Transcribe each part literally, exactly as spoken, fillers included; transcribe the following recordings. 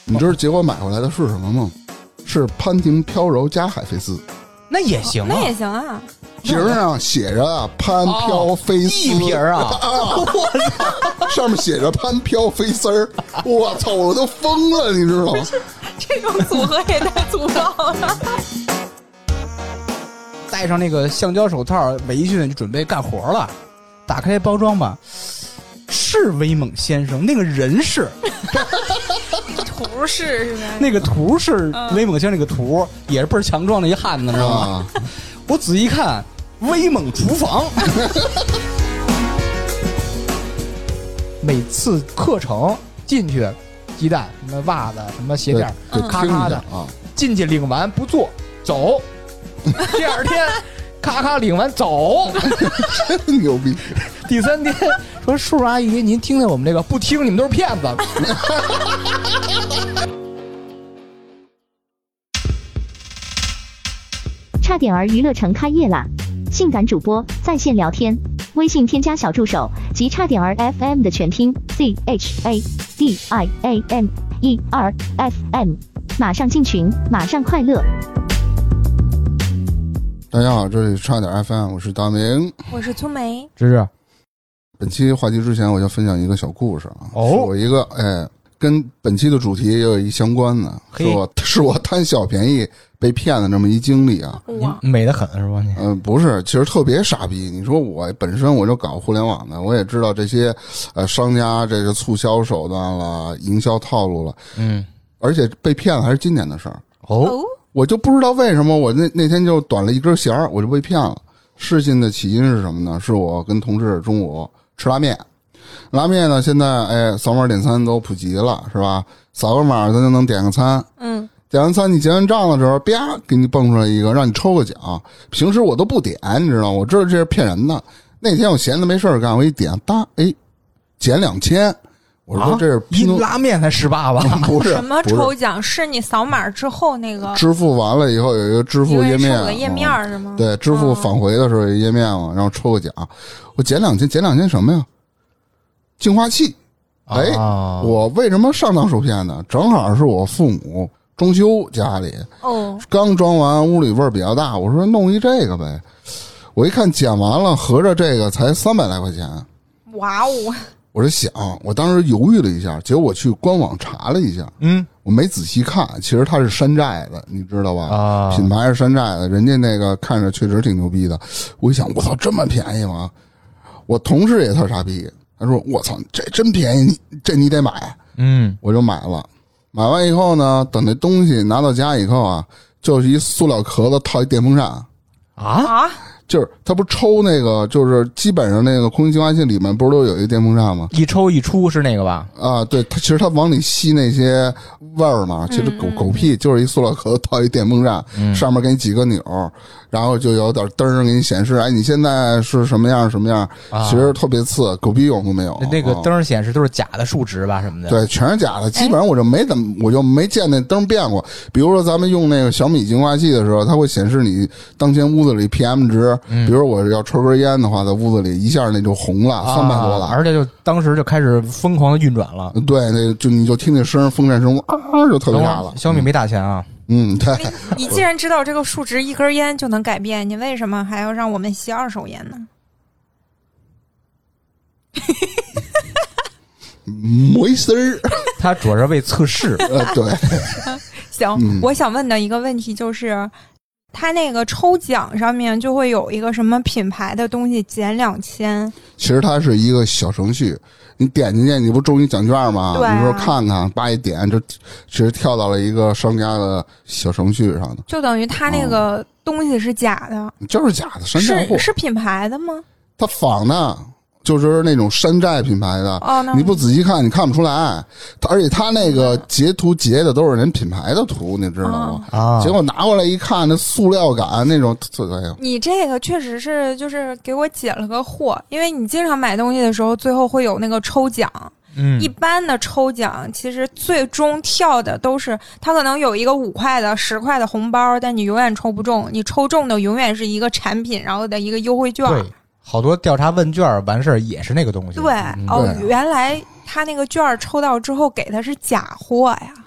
你知道结果买回来的是什么吗？是潘婷飘柔加海飞丝。 那也行啊， 那也行啊。 瓶上写着啊潘飘飞丝， 一瓶啊， 啊上面写着潘飘飞丝儿，我操，我都疯了，你知道吗？ 这种组合也太粗暴了。 戴上那个橡胶手套，围裙就准备干活了。打开包装吧，是威猛先生，那个人是。 图是是吧？ 那个图是威猛先生，那个图也是倍儿强壮的一汉子，知道吗？啊、我仔细一看，威猛厨房。每次课程进去，鸡蛋、什么袜子、什么鞋垫，咔咔的啊，进去领完不做，走。第二天，咔咔领完走， 真牛逼。 第三天说叔叔阿姨，您听听我们这个，不听你们都是骗子。 差点儿娱乐城开业啦！性感主播在线聊天，微信添加小助手及差点儿 F M 的全拼 C H A D I A M E R F M， 马上进群，马上快乐。 大家好，这里是差点 F M， 我是大明， 我是粗梅， 芝芝。 本期话题之前，我要分享一个小故事啊， 哦， 是我一个哎，跟本期的主题也有一相关的，是我是我贪小便宜被骗的这么一经历啊。 哇，美得很是吧你？ 嗯、呃，不是，其实特别傻逼。你说我本身我就搞互联网的，我也知道这些呃商家这个促销手段了、营销套路了， 嗯， 而且被骗了还是今年的事儿。 哦， 我就不知道为什么我那那天就短了一根弦儿，我就被骗了。事情的起因是什么呢？是我跟同事中午吃拉面，拉面呢现在哎扫码点餐都普及了，是吧？扫个码咱就能点个餐， 嗯，点完餐你结完账的时候，啪给你蹦出来一个，让你抽个奖。平时我都不点，你知道吗？我知道这是骗人的。那天我闲的没事干，我一点，哒，哎，减两千。我说这是一、啊、拉面才十八吧？ 不是什么抽奖？是你扫码之后那个支付完了以后有一个支付页面， 有个页面是吗？ 嗯、对，支付返回的时候有一页面嘛，然后抽个奖。我减两千，减两千什么呀？净化器。哎，哦、我为什么上当受骗呢？正好是我父母装修家里， 哦， 刚装完，屋里味儿比较大，我说弄一这个呗。我一看减完了，合着这个才三百来块钱。 哇哦！ 我是想，我当时犹豫了一下，结果我去官网查了一下， 嗯， 我没仔细看，其实它是山寨的，你知道吧？ 啊， 品牌是山寨的，人家那个看着确实挺牛逼的。我一想，我操，这么便宜吗？我同事也特傻逼，他说：“我操，这真便宜，你这你得买。” 嗯， 我就买了。买完以后呢，等那东西拿到家以后啊，就是一塑料壳子套一电风扇。 啊？ 就是它不抽那个，就是基本上那个空气净化器里面不是都有一个电风扇吗？ 一抽一出是那个吧？ 啊，对，它其实它往里吸那些味儿嘛，其实狗嗯狗屁就是一塑料壳套一电风扇， 嗯、 上面给你几个钮，然后就有点灯儿给你显示，哎，你现在是什么样什么样， 啊、 其实特别次，狗屁用都没有。 那个灯显示都是假的数值吧什么的？ 对，全是假的，基本上我就没怎么，我就没见那灯变过。比如说咱们用那个小米净化器的时候，它会显示你当前屋子里 P M 值， 嗯、 比如我要抽根烟的话，在屋子里一下那就红了，三百多了， 而且就当时就开始疯狂的运转了。 对，那就你就听那声，风扇声啊，就特别大了。 小米没打钱啊。 嗯，对。 你既然知道这个数值一根烟就能改变，你为什么还要让我们吸二手烟呢？ 没事儿， 他主要是为测试。 呃，对。 行、嗯，我想问的一个问题就是，他那个抽奖上面就会有一个什么品牌的东西减两千。 其实它是一个小程序，你点进去，你不中一奖券吗？ 对、啊， 你说看看，叭一点就其实跳到了一个商家的小程序上的， 就等于他那个东西是假的， 嗯、就是假的山寨货。 是是品牌的吗？ 他仿的。就是那种山寨品牌的， 哦， 你不仔细看你看不出来，而且他那个截图截的都是人品牌的图，你知道吗？ 啊， 结果拿过来一看，那塑料感那种，哎呀， 你这个确实是就是给我解了个惑，因为你经常买东西的时候，最后会有那个抽奖。 嗯， 一般的抽奖其实最终跳的都是它可能有一个五块的、十块的红包，但你永远抽不中，你抽中的永远是一个产品，然后的一个优惠券。 对。好多调查问卷完事儿也是那个东西。 对、 嗯、 哦，原来他那个券抽到之后给的是假货呀！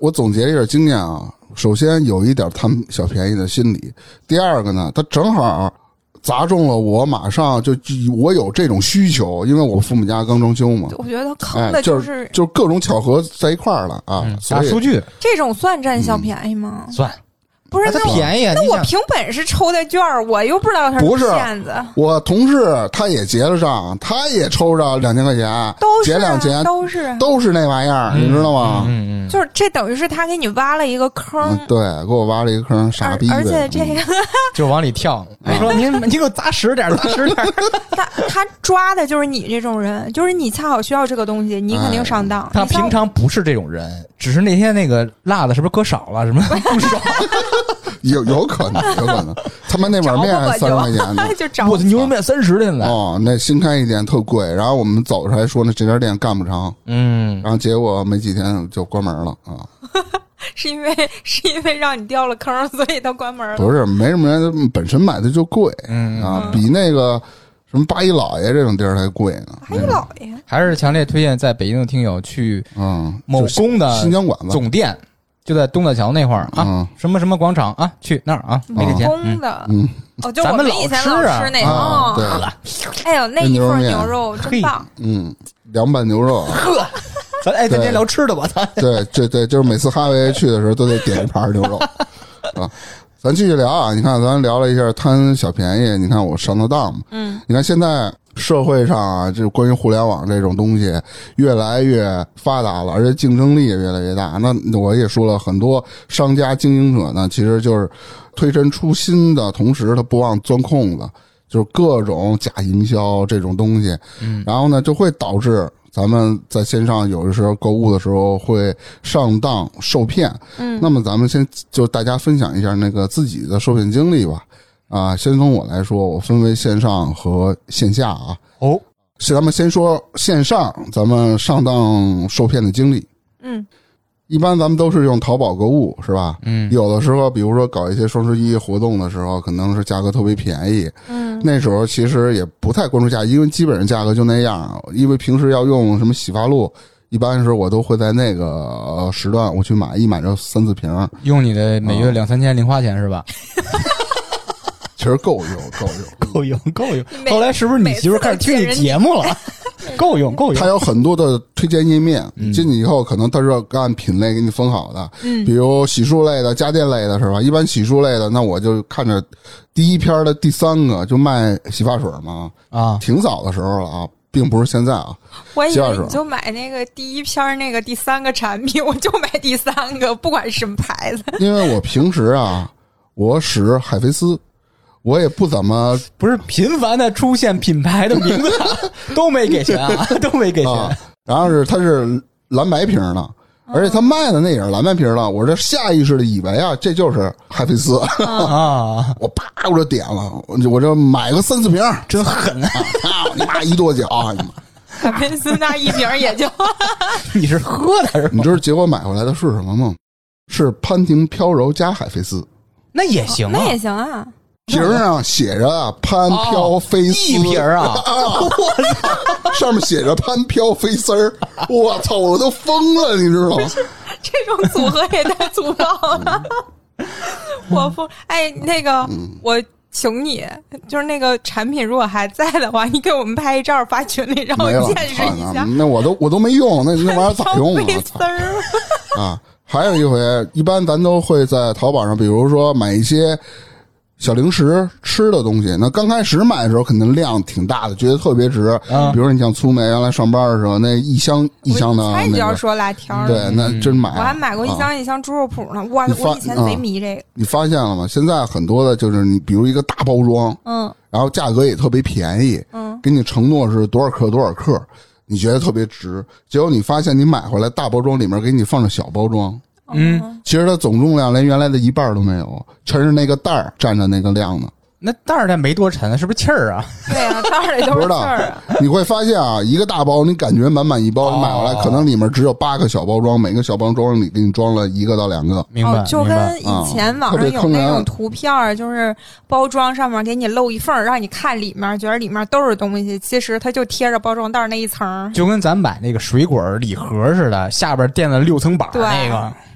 我总结一下经验啊，首先有一点贪小便宜的心理，第二个呢，它正好砸中了我，马上就我有这种需求，因为我父母家刚装修嘛。 我觉得坑的就是、哎、就是各种巧合在一块儿了啊。 嗯、大数据这种算占小便宜吗？ 嗯、算。 不是， 它便宜啊！ 那我凭本事抽的券，我又不知道他是骗子。 我同事他也结了账，他也抽着两千块钱， 都是、啊、 结两千， 都是都是那玩意儿、嗯，你知道吗？ 嗯嗯， 就是这等于是他给你挖了一个坑， 嗯、对，给我挖了一个坑，傻逼。 而且这个、嗯、 就往里跳。他说：“您你给我砸实点，砸实点。” 他他抓的就是你这种人，就是你恰好需要这个东西，你肯定上当。 哎、他平常不是这种人，只是那天那个辣的是不是搁少了？什么不爽？ 有有可能，有可能，他们那碗面三十块钱呢， 就找我的牛肉面三十的呢。 哦，那新开一店特贵，然后我们走出来说那这家店干不成， 嗯， 然后结果没几天就关门了啊。 是因为是因为让你掉了坑，所以他关门了？ 不是，没什么人本身买的就贵，嗯啊，比那个什么八一老爷这种地儿还贵呢。 八一老爷还是强烈推荐在北京的听友去嗯某公的新疆馆子总店。就在东大桥那块儿啊、嗯，什么什么广场啊，去那儿啊，没给钱。 公的， 嗯， 哦，就我们以前老吃那个， 啊、对， 哎呦，那一份牛肉真棒， 嗯，凉拌牛肉， 呵，咱哎，咱先聊吃的吧，咱对，这对，就是每次哈维去的时候都得点一盘牛肉啊。咱继续聊啊，你看咱聊了一下贪小便宜，你看我上的当嘛， 嗯， 你看现在。社会上啊，这关于互联网这种东西越来越发达了，而且竞争力也越来越大。那我也说了，很多商家经营者呢，其实就是推陈出新的同时，他不忘钻空子，就是各种假营销这种东西。嗯，然后呢，就会导致咱们在线上有的时候购物的时候会上当受骗。 嗯， 那么咱们先就大家分享一下那个自己的受骗经历吧。啊，先从我来说，我分为线上和线下啊。 哦， 是咱们先说线上，咱们上当受骗的经历。 嗯， 一般咱们都是用淘宝购物，是吧？ 嗯， 有的时候，比如说搞一些双十一活动的时候，可能是价格特别便宜。 嗯， 那时候其实也不太关注价，因为基本上价格就那样。因为平时要用什么洗发露，一般是我都会在那个时段我去买，一买就三四瓶。 用你的每月两三千零花钱是吧？ 其实够用，够用， 够用，够用。后来是不是你媳妇开始听你节目了？够用，够用。 它有很多的推荐页面， 嗯、 进去以后可能它是按品类给你分好的， 嗯， 比如洗漱类的、家电类的，是吧？一般洗漱类的，那我就看着第一篇的第三个就卖洗发水嘛， 啊， 挺早的时候了啊，并不是现在啊。 我以为你就买那个第一篇那个第三个产品，我就买第三个，不管是什么牌子。 因为我平时啊，我使海飞丝。我也不怎么不是频繁的出现品牌的名字、啊、都没给钱啊，都没给钱。 啊、然后是它是蓝白瓶的，而且他卖的那也是蓝白瓶的。我这下意识的以为啊，这就是海飞丝啊， 我啪我就点了，我就我就买个三四瓶， 真狠啊！ 你妈一跺脚， 海飞丝那一瓶也就你是喝的是吗？ 你知道结果买回来的是什么吗？是潘婷飘柔加海飞丝， 那也行、啊， 那也行啊。 瓶上写着啊，潘飘飞丝、 哦、一瓶啊， 我操！上面写着潘飘飞丝儿，我操！我都疯了，你知道吗？ 这种组合也太粗暴了，嗯、我疯！哎，那个、嗯、我请你，就是那个产品如果还在的话，你给我们拍一照发群里，让我见识一下。 那我都我都没用，那那玩意儿咋用啊？ 飞丝儿啊！还有一回，一般咱都会在淘宝上，比如说买一些。小零食吃的东西，那刚开始买的时候肯定量挺大的，觉得特别值。嗯、比如说你像粗梅原来上班的时候，那一箱一箱的、那个， 你就要说辣条， 对，那真买。 我还买过一箱一箱猪肉脯呢，哇！我以前贼迷这个、 嗯。你发现了吗？现在很多的就是你，比如一个大包装， 嗯， 然后价格也特别便宜， 嗯， 给你承诺是多少克多少克，你觉得特别值，结果你发现你买回来大包装里面给你放着小包装。 嗯， 其实它总重量连原来的一半都没有，全是那个袋儿占着那个量呢。 那袋儿它没多沉，是不是气儿啊？ 对啊，袋儿里都是气儿啊。 你会发现啊，一个大包你感觉满满一包，你买回来可能里面只有八个小包装，每个小包装里给你装了一个到两个。 明白， 哦、就跟以前网上有那种图片、啊，就是包装上面给你露一缝，让你看里面，觉得里面都是东西，其实它就贴着包装袋那一层。 就跟咱买那个水果礼盒似的，下边垫了六层板那个。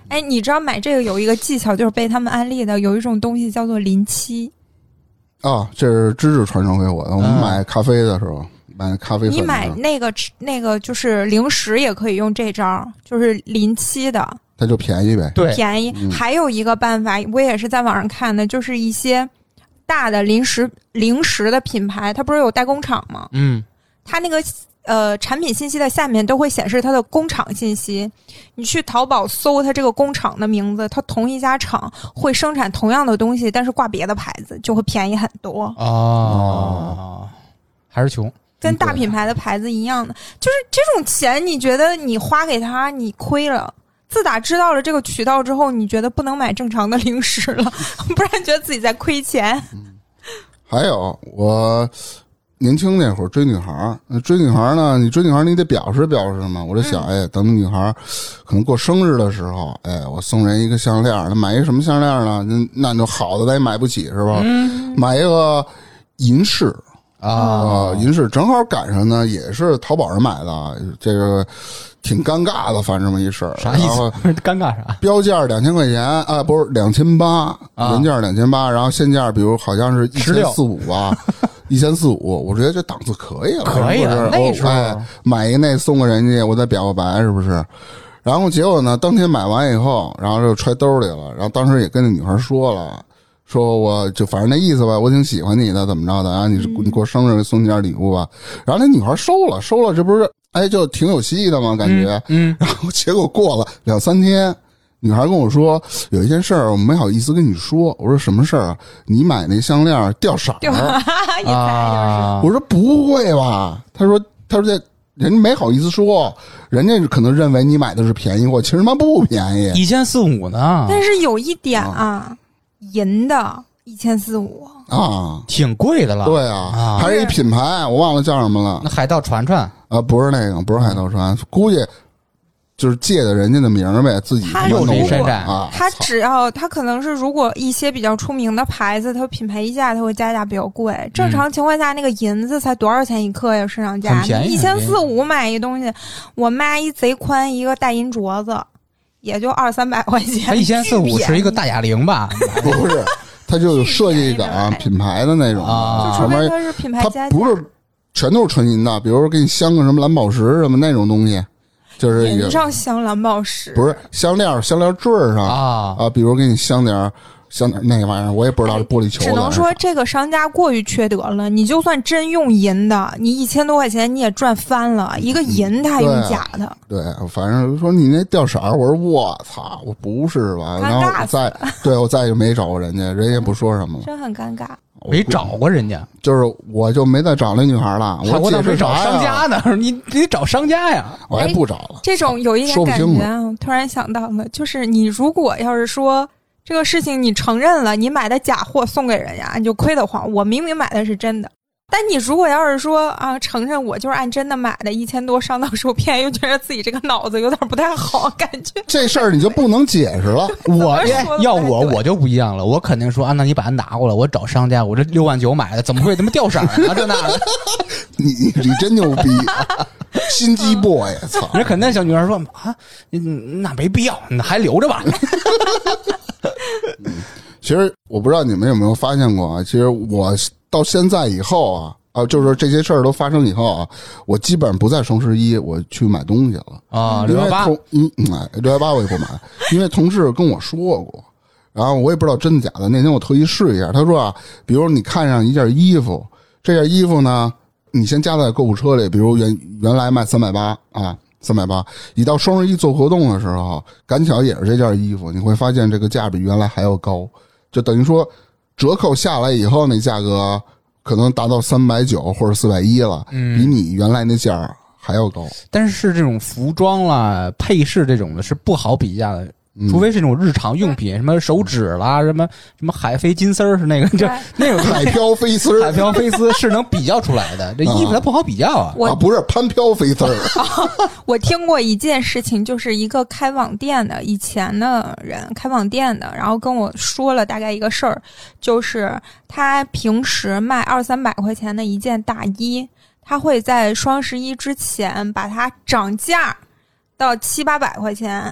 哎，你知道买这个有一个技巧，就是被他们安利的，有一种东西叫做临期。 啊，这是芝芝传授给我的。我们买咖啡的时候，买咖啡粉。 你买那个那个就是零食也可以用这招，就是临期的， 它就便宜呗。 对， 便宜。嗯、还有一个办法，我也是在网上看的，就是一些大的零食零食的品牌，它不是有代工厂吗？ 嗯， 它那个。呃，产品信息的下面都会显示它的工厂信息。你去淘宝搜它这个工厂的名字，它同一家厂会生产同样的东西，但是挂别的牌子，就会便宜很多。 哦，还是穷， 跟大品牌的牌子一样的，就是这种钱，你觉得你花给他，你亏了。自打知道了这个渠道之后，你觉得不能买正常的零食了，不然觉得自己在亏钱。 嗯、还有我。年轻那会儿追女孩，追女孩呢，你追女孩你得表示表示嘛。我就想，哎，等女孩可能过生日的时候，哎，我送人一个项链，那买一个什么项链呢？那那就好的咱也买不起是吧？嗯、买一个银饰啊、呃，银饰正好赶上呢，也是淘宝上买的，这个挺尴尬的，反正这么一事儿。 啥意思？尴尬啥？ 标价两千块钱啊，不是两千八，原价两千八，然后现价比如好像是一千四五吧。一千四五，我觉得这档次可以了， 可以了。那时候、 哎、买一个那送个人家，我再表个白，是不是？然后结果呢，当天买完以后，然后就揣兜里了。然后当时也跟那女孩说了，说我就反正那意思吧，我挺喜欢你的，怎么着的啊？你是你过生日送你点礼物吧。然后那女孩收了，收了，这不是哎就挺有戏的吗？感觉， 嗯。嗯然后结果过了两三天。女孩跟我说有一件事儿我没好意思跟你说，我说什么事儿啊？你买那项链掉色儿啊！ 我说不会吧？他说他说这人家没好意思说，人家可能认为你买的是便宜货，其实他妈不便宜， 一千四五呢。 但是有一点啊，银的一千四五啊， 挺贵的了。 对啊，啊还是一品牌，我忘了叫什么了。 那海盗船船啊，不是那个，不是海盗船，估计。就是借的人家的名儿呗，自己又没山寨啊。 他只要他可能是如果一些比较出名的牌子，它品牌溢价，它会加价比较贵。正常情况下，那个银子才多少钱一克呀？市场价一千四五买一东西，我妈一贼宽一个大银镯子，也就二三百块钱。 它一千四五是一个大哑铃吧？ 不是，它就有设计感，品牌的那种啊，就除非它是品牌加价， 它不是全都是纯银的，比如说给你镶个什么蓝宝石什么那种东西。就是银上镶蓝宝石， 不是项链，项链坠上啊啊，比如给你镶点镶点那个玩意儿，我也不知道是玻璃球的。 只能说这个商家过于缺德了。你就算真用银的，你一千多块钱你也赚翻了。一个银他还用假的， 对，对，反正说你那掉色，我说我操，我不是吧？然后我再对我再就没找过人家，人也不说什么了， 真很尴尬。 没找过人家， 就是我就没再找那女孩了。我我没找商家呢，你你得找商家呀， 我还不找了。 这种有一点感觉啊，突然想到了，就是你如果要是说这个事情你承认了，你买的假货送给人家，你就亏得慌。我明明买的是真的。但你如果要是说啊，承认我就是按真的买的，一千多上当受骗，又觉得自己这个脑子有点不太好，感觉这事儿你就不能解释了。 我要我我就不一样了，我肯定说啊，那你把它拿过来，我找商家，我这六万九买的，怎么会他妈掉色啊？这那的， 你你真牛逼，心机 boy， 操！ 人肯定小女孩说啊，那没必要，那还留着吧。 嗯，其实我不知道你们有没有发现过啊，其实我。到现在以后啊啊，就是这些事儿都发生以后啊，我基本上不在双十一我去买东西了啊。六幺八， 嗯，六幺八我也不买，因为同事跟我说过，然后我也不知道真的假的。那天我特意试一下，他说啊，比如你看上一件衣服，这件衣服呢，你先加在购物车里，比如原原来卖三百八啊，三百八，一到双十一做活动的时候，赶巧也是这件衣服，你会发现这个价比原来还要高，就等于说。折扣下来以后，那价格可能达到三百九或者四百一了，嗯，比你原来那价还要高。 但是这种服装啦、配饰这种的是不好比价的，嗯、除非是这种日常用品，什么手指啦，什么什么海飞金丝儿是那个，就那种海飘飞丝， 海飘飞丝是能比较出来的。这衣服它不好比较啊， 啊不是攀飘飞丝儿。 我听过一件事情，就是一个开网店的以前的人开网店的，然后跟我说了大概一个事儿，就是他平时卖二三百块钱的一件大衣，他会在双十一之前把它涨价到七八百块钱。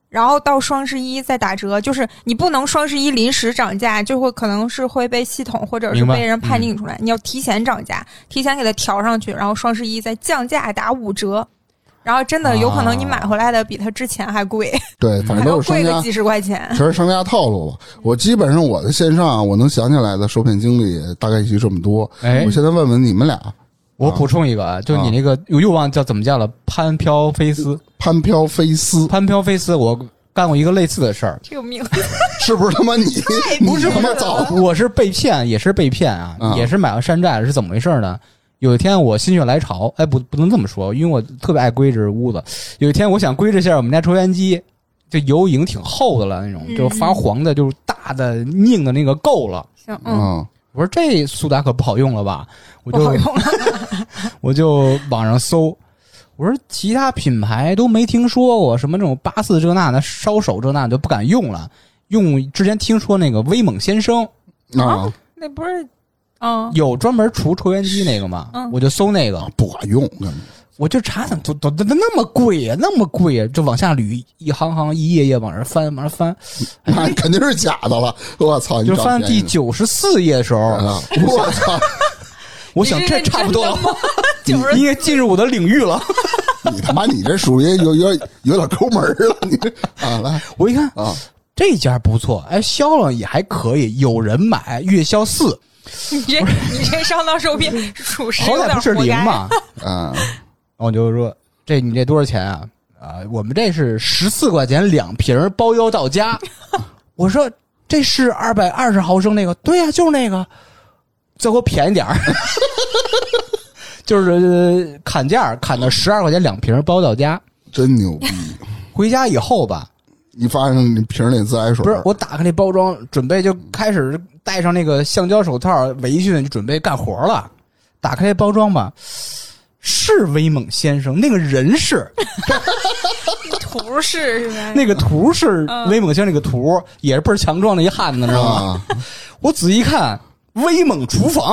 然后到双十一再打折，就是你不能双十一临时涨价，就会可能是会被系统或者是被人判定出来，嗯、你要提前涨价，提前给它调上去，然后双十一再降价打五折。然后真的有可能你买回来的比它之前还贵， 对，反正都是商家贵个几十块钱， 全是商家套路了。我基本上我的线上我能想起来的受骗经历大概就这么多。哎，我现在问问你们俩， 我补充一个，啊、就你那个我又忘叫怎么叫了，潘飘菲斯， 潘飘菲斯， 潘飘菲斯，我干过一个类似的事儿。 这个名字是不是他妈你？ 不是他妈早，我是被骗，也是被骗啊，嗯、也是买了山寨，是怎么回事呢？有一天我心血来潮，哎，不不能这么说，因为我特别爱归置屋子。有一天我想归置一下我们家抽烟机，这油已经挺厚的了，那种、嗯、就发黄的，就是大的拧的那个够了。 行，嗯， 我说这苏打可不好用了吧？我就不好用了我就网上搜，我说其他品牌都没听说过，什么这种八四这那的烧手这那就不敢用了。用之前听说那个威猛先生啊，那不是。嗯， 有专门除抽烟机那个吗？ 嗯， 我就搜那个， 不管用， 我就查怎么都都都那么贵呀、啊，那么贵呀、啊，就往下捋，一行行一页页往这翻，往这翻， 那肯定是假的了。我操！ 就翻第九十四页的时候， 我操！ 我想这差不多了，应该进入我的领域了。 你他妈，你这属于有有有点抠门了，你这啊！来， 我一看啊， 这家不错，哎，销量也还可以，有人买，月销四。 你这你这上当受骗，属实好歹不是零嘛？ 嗯， 我就说这你这多少钱啊？啊，我们这是十四块钱两瓶，包邮到家。我说这是二百二十毫升那个，对呀、啊，就是那个，再给我便宜点儿，就是砍价砍到十二块钱两瓶，包到家， 真牛逼！ 回家以后吧。 你发现你瓶里自来水不是？我打开那包装，准备就开始戴上那个橡胶手套、围裙，就准备干活了。打开包装吧，是威猛先生，那个人是， 图是是吧？ 那个图是威猛先生那个图，嗯、也是倍儿强壮的一汉子，知道吗？啊、我仔细看，威猛厨房。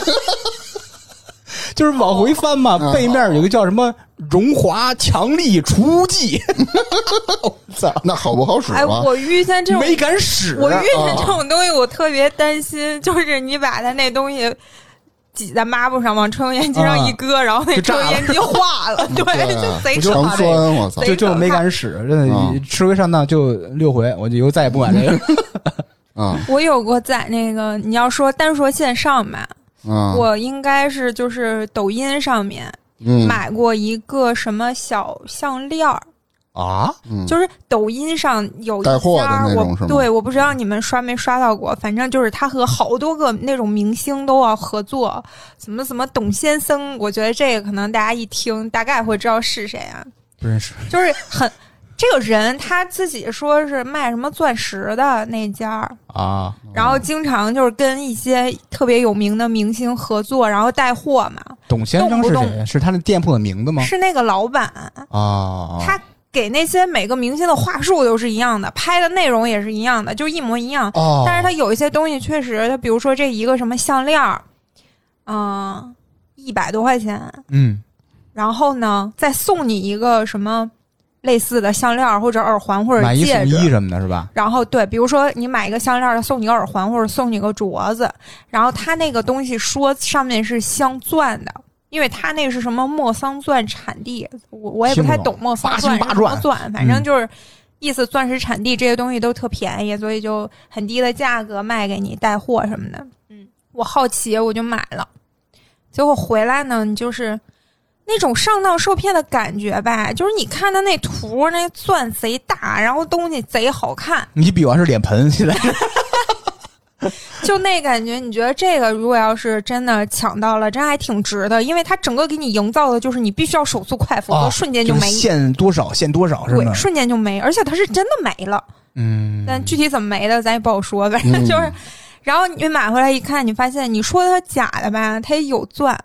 就是往回翻嘛，哦、背面有个叫什么荣华强力除污剂，我操， 那好不好使啊？ 哎，我遇见这种没敢使， 我遇见这种东西，我特别担心，就是你把它那东西挤在抹布上，往抽油烟机上一搁，啊、然后那抽油烟机化了，对， 对就贼可怕，我操， 就就没敢使，真的，嗯、吃回上当就六回，我就以后再也不买这个。 啊， 我有过在那个，你要说单说线上吧。 嗯、 我应该是就是抖音上面买过一个什么小项链啊、 嗯，就是抖音上有一家带货的那种是吗？ 对，我不知道你们刷没刷到过，反正就是他和好多个那种明星都要合作，什么什么董先生，我觉得这个可能大家一听大概会知道是谁啊， 不认识， 就是很。这个人他自己说是卖什么钻石的那家啊， 然后经常就是跟一些特别有名的明星合作，然后带货嘛。 董先生是谁？是他的店铺的名字吗？ 是那个老板啊。 他给那些每个明星的话术都是一样的，拍的内容也是一样的，就一模一样。 哦。 但是他有一些东西确实，他比如说这一个什么项链，嗯，一百多块钱， 嗯， 然后呢再送你一个什么。类似的项链或者耳环或者戒指， 买一送一什么的是吧？ 然后对，比如说你买一个项链，送你个耳环或者送你个镯子，然后他那个东西说上面是镶钻的，因为他那个是什么莫桑钻产地，我我也不太懂莫桑钻是什么钻，反正就是意思钻石产地这些东西都特便宜，所以就很低的价格卖给你带货什么的。嗯，我好奇我就买了，结果回来呢，你就是。那种上当受骗的感觉吧，就是你看的那图，那钻贼大，然后东西贼好看。 你比完是脸盆，现在就那感觉，你觉得这个如果要是真的抢到了，真还挺值的，因为它整个给你营造的就是你必须要手速快，否则瞬间就没。 哦、就是限多少限多少是吧？ 对，瞬间就没，而且它是真的没了。 嗯， 但具体怎么没的，咱也不好说，反正就是。嗯、然后你买回来一看，你发现你说它假的吧，它也有钻。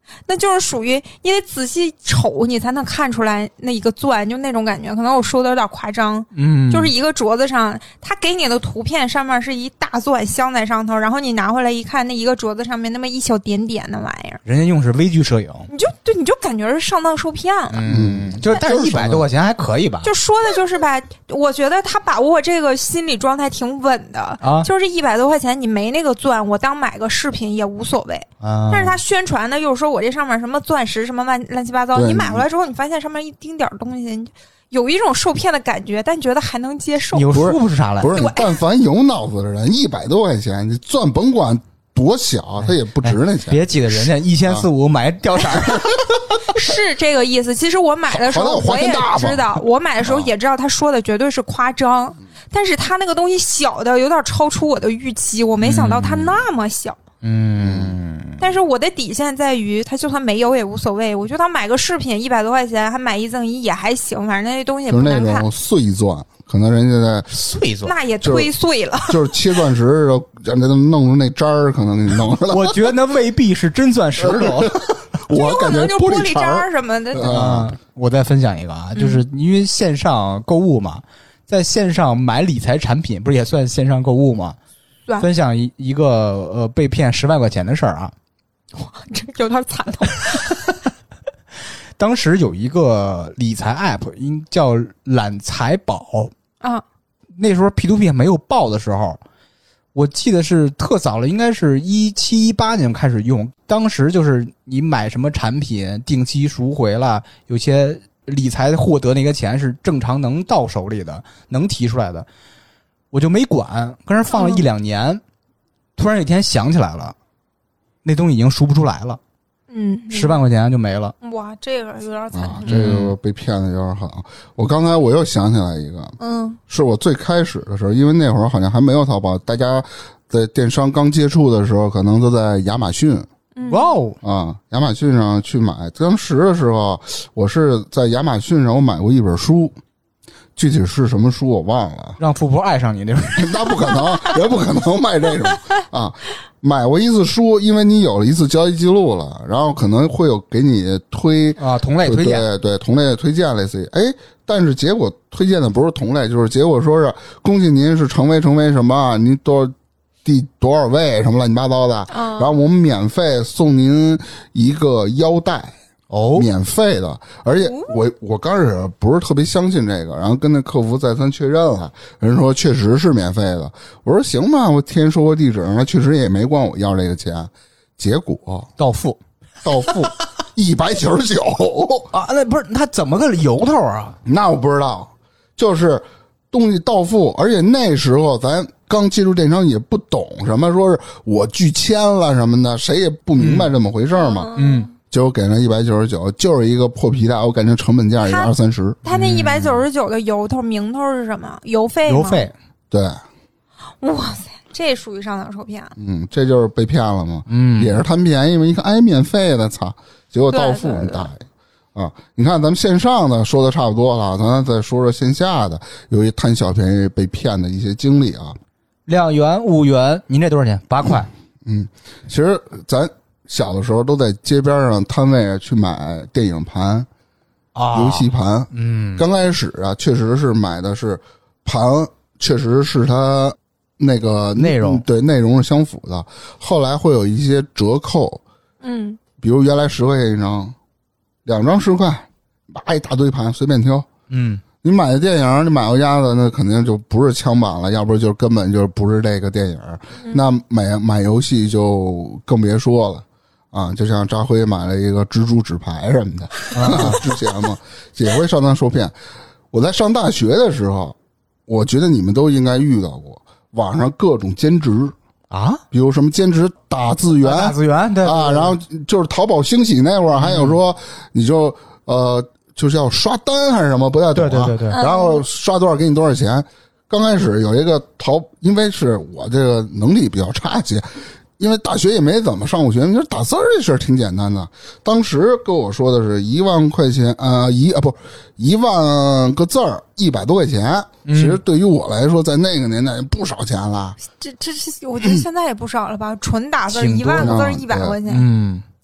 那就是属于你得仔细瞅你才能看出来那一个钻，就那种感觉。可能我说的有点夸张， 嗯， 就是一个镯子上，他给你的图片上面是一大钻镶在上头，然后你拿回来一看，那一个镯子上面那么一小点点的玩意儿， 人家用是微距摄影， 你就对，你就感觉是上当受骗了。 嗯，就是但是一百多块钱还可以吧？ 就说的就是吧，我觉得他把握这个心理状态挺稳的啊， 就是一百多块钱你没那个钻，我当买个饰品也无所谓啊。 但是他宣传的又说我这上面什么钻石什么乱乱七八糟，你买回来之后你发现上面一丁点东西，有一种受骗的感觉，但觉得还能接受。 你又说不出啥来？ 不是，你但凡有脑子的人，一百多块钱，你钻甭管多小，它也不值那钱。 别记得人家一千四五买吊绳， 是这个意思。其实我买的时候我也知道，我买的时候也知道他说的绝对是夸张，但是他那个东西小的有点超出我的预期，我没想到它那么小。 嗯， 但是我的底线在于，他就算没有也无所谓。我觉得他买个饰品一百多块钱，还买一赠一也还行，反正那东西也不难看。 就是那种碎钻，可能人家在碎钻， 那也忒碎了。 就是、就是切钻石，让他弄出那渣儿，可能给你弄出来。 我觉得那未必是真钻石头， 我感觉就玻璃渣什么的。 啊，我再分享一个啊，就是因为线上购物嘛，在线上买理财产品，不是也算线上购物吗？分享一一个呃被骗十万块钱的事儿啊， 哇，这有点惨痛。 当时有一个理财 app， 应叫揽财宝啊。 那时候 P to P 没有爆的时候，我记得是特早了，应该是一七一八年开始用。当时就是你买什么产品定期赎回了，有些理财获得那个钱是正常能到手里的，能提出来的。我就没管，跟那放了一两年、嗯，突然有一天想起来了，那东西已经赎不出来了， 嗯， 十万块钱就没了。 哇，这个有点惨、啊， 这个被骗的有点狠。我刚才我又想起来一个， 嗯， 是我最开始的时候，因为那会儿好像还没有淘宝，大家在电商刚接触的时候，可能都在亚马逊。 哇哦啊，亚马逊上去买。当时的时候，我是在亚马逊上我买过一本书。具体是什么书我忘了， 让富婆爱上你那种， 那不可能，人不可能卖这种啊！买过一次书，因为你有了一次交易记录了，然后可能会有给你推啊同类推荐， 对对同类推荐类似于哎，但是结果推荐的不是同类，就是结果说是恭喜您是成为成为什么，您多第多少位什么乱七八糟的， 嗯、 然后我们免费送您一个腰带。 哦， 免费的，而且我我刚开始不是特别相信这个，然后跟那客服再三确认了，人说确实是免费的。我说行吧，我填收货地址，他确实也没管我要这个钱，结果到付， 到付一百九十九啊，那不是他怎么个由头啊？ 那我不知道，就是东西到付，而且那时候咱刚接触电商也不懂什么，说是我拒签了什么的，谁也不明白这么回事嘛， 嗯。 结果给了一百九十九，就是一个破皮带，我感觉成本价也二三十。 他那一百九十九的由头名头是什么？邮费吗？ 邮费， 对。 哇塞，这属于上当受骗。 嗯，这就是被骗了嘛。 嗯， 也是贪便宜嘛。一看，哎，免费的，操！结果到付，你大爷啊！你看咱们线上的说的差不多了，咱再说说线下的，有一贪小便宜被骗的一些经历啊。 两元、五元，您这多少钱？八块。 嗯，其实咱。小的时候都在街边上摊位去买电影盘、 啊、 游戏盘。 嗯， 刚开始啊，确实是买的是盘，确实是它那个内容， 对内容是相符的。后来会有一些折扣， 嗯， 比如原来十块钱一张，两张十块，叭一大堆盘随便挑。 嗯， 你买的电影，你买回家的那肯定就不是枪版了，要不就根本就不是这个电影。 嗯、 那买买游戏就更别说了。啊，就像扎辉买了一个蜘蛛纸牌什么的，啊、之前嘛也会上当受骗。我在上大学的时候，我觉得你们都应该遇到过网上各种兼职啊， 比如什么兼职打字员， 打字员对啊，然后就是淘宝兴起那会儿，还有说你就呃就是要刷单还是什么，不要懂啊， 对对对对， 然后刷多少给你多少钱。刚开始有一个淘，因为是我这个能力比较差一些。因为大学也没怎么上过学，你说打字儿这事儿挺简单的。当时跟我说的是一万块钱，呃，一啊不一万个字儿，一百多块钱。 嗯、 其实对于我来说，在那个年代不少钱了。 这这是我觉得现在也不少了吧？纯打字一万个字一百块钱。 嗯，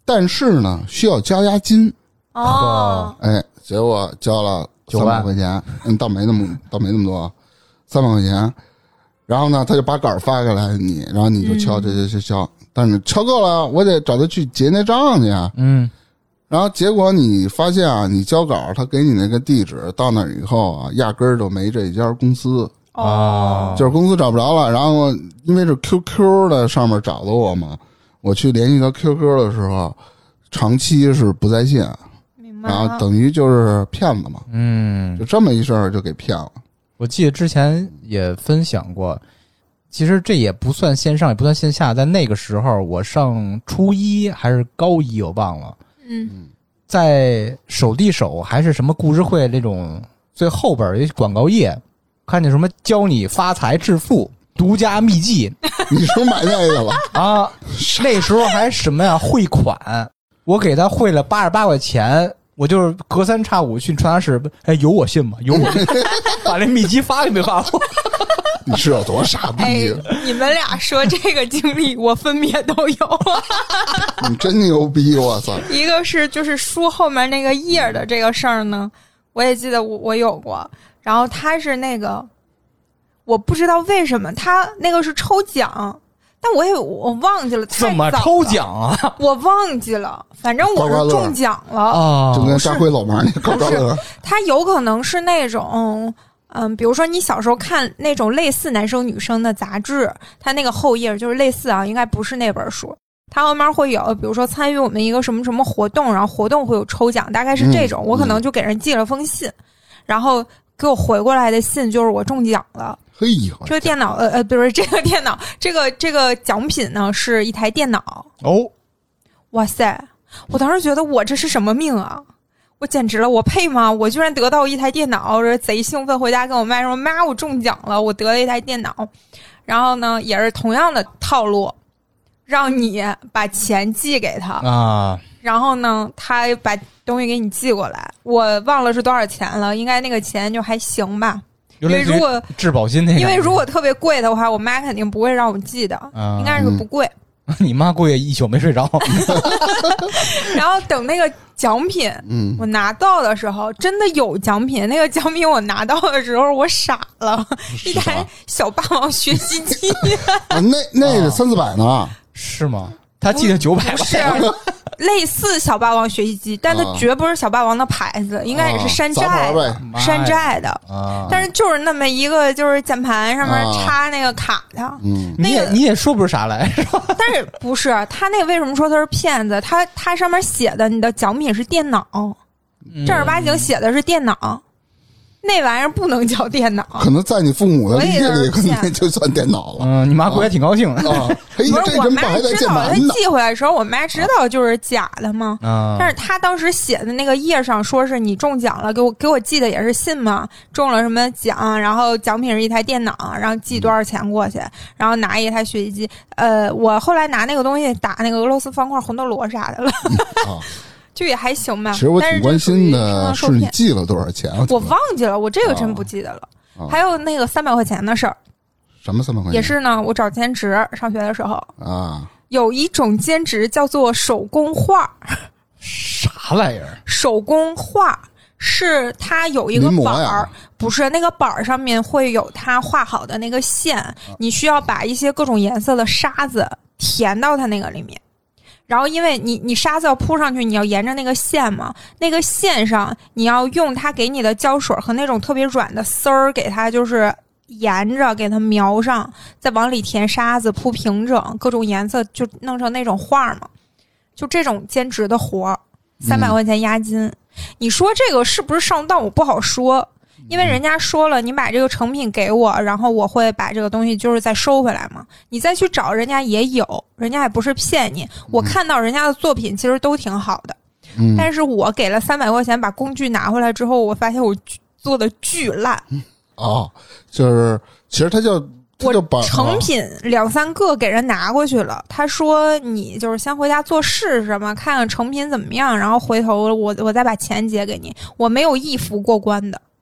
但是呢需要交押金。 哦， 哎，结果交了三百块钱，嗯，倒没那么倒没那么多，三百块钱。然后呢，他就把稿发给来你，然后你就敲，这这这敲。但是你敲够了，我得找他去结那账去啊。 嗯。 然后结果你发现啊，你交稿，他给你那个地址到那以后啊，压根儿就没这家公司。 哦。 就是公司找不着了。然后因为是 Q Q 的上面找的我嘛，我去联系到 Q Q 的时候，长期是不在线。然后等于就是骗子嘛， 嗯， 就这么一事儿就给骗了。 我记得之前也分享过，其实这也不算线上，也不算线下，在那个时候我上初一还是高一，我忘了。 嗯， 在手递手还是什么故事会那种最后边有广告页，看见什么教你发财致富独家秘籍， 你说买那个了啊？那时候还什么呀？汇款，我给他汇了八十八块钱。我就是隔三差五去传达室，哎，有我信吗？有我信，把那秘籍发给没发过？ 你是有多傻逼、 啊哎？你们俩说这个经历，我分别都有。 你真牛逼！我操！ 一个是就是书后面那个页的这个事儿呢，我也记得我我有过。然后他是那个，我不知道为什么他那个是抽奖。但我也我忘记了， 怎么抽奖啊？ 我忘记了，反正我是中奖了啊， 就跟大灰老妈那刮刮乐。 它有可能是那种，嗯，比如说你小时候看那种类似男生女生的杂志，它那个后页就是类似啊，应该不是那本书。它后面会有，比如说参与我们一个什么什么活动，然后活动会有抽奖，大概是这种。嗯、我可能就给人寄了封信，然后给我回过来的信就是我中奖了。 嘿呀， 这个电脑呃呃不是这个电脑，这个这个奖品呢是一台电脑哦， 哇塞！我当时觉得我这是什么命啊？我简直了，我配吗？我居然得到一台电脑，贼兴奋，回家跟我妈说：“妈，我中奖了，我得了一台电脑。”然后呢，也是同样的套路，让你把钱寄给他啊， 然后呢，他把东西给你寄过来，我忘了是多少钱了，应该那个钱就还行吧。因为如果质保金那个， 因为如果特别贵的话，我妈肯定不会让我寄的， 啊、 应该是不贵。 嗯、你妈估计一宿没睡着。 然后等那个奖品， 嗯， 我拿到的时候，真的有奖品。那个奖品我拿到的时候，我傻了，一台小霸王学习机。 啊，那那是三四百呢？ 是吗？他记得九百吧？ 是类似小霸王学习机，但它绝不是小霸王的牌子，应该也是山寨的， 啊、 山寨的、 啊。 但是就是那么一个，就是键盘上面插那个卡的。 啊、嗯， 那个、 你也你也说不出啥来，是吧？ 但是不是他那个为什么说他是骗子？他他上面写的你的奖品是电脑， 嗯、 正儿八经写的是电脑。那玩意儿不能叫电脑， 可能在你父母的理解里，可能就算电脑了。 嗯，你妈估计还挺高兴的。 啊，不是我妈知道，她寄回来的时候，我妈知道就是假的嘛。 啊， 但是她当时写的那个页上说是你中奖了，给我给我寄的也是信嘛，中了什么奖，然后奖品是一台电脑，然后寄多少钱过去，然后拿一台学习机。呃，我后来拿那个东西打那个俄罗斯方块、魂斗罗啥的了。 啊就也还行吧。 其实我挺关心的是你寄了多少钱， 我忘记了，我这个真不记得了。 哦、 还有那个三百块钱的事儿， 什么三百块钱？ 也是呢。我找兼职，上学的时候啊， 有一种兼职叫做手工画， 啥玩意儿？ 手工画是它有一个板儿，不是那个板儿上面会有它画好的那个线，啊、你需要把一些各种颜色的沙子填到它那个里面。然后因为你你沙子要铺上去，你要沿着那个线嘛，那个线上你要用它给你的胶水和那种特别软的丝儿给它就是沿着给它描上，再往里填沙子铺平整，各种颜色就弄成那种画嘛。就这种兼职的活，三百块钱押金、嗯、你说这个是不是上当我不好说，因为人家说了，你把这个成品给我，然后我会把这个东西就是再收回来嘛。你再去找人家也有，人家也不是骗你。我看到人家的作品其实都挺好的，嗯、但是我给了三百块钱把工具拿回来之后，我发现我做的巨烂。 哦，就是其实他就他就把我成品两三个给人拿过去了，他说你就是先回家做试试嘛，看看成品怎么样，然后回头我我再把钱结给你。我没有一幅过关的。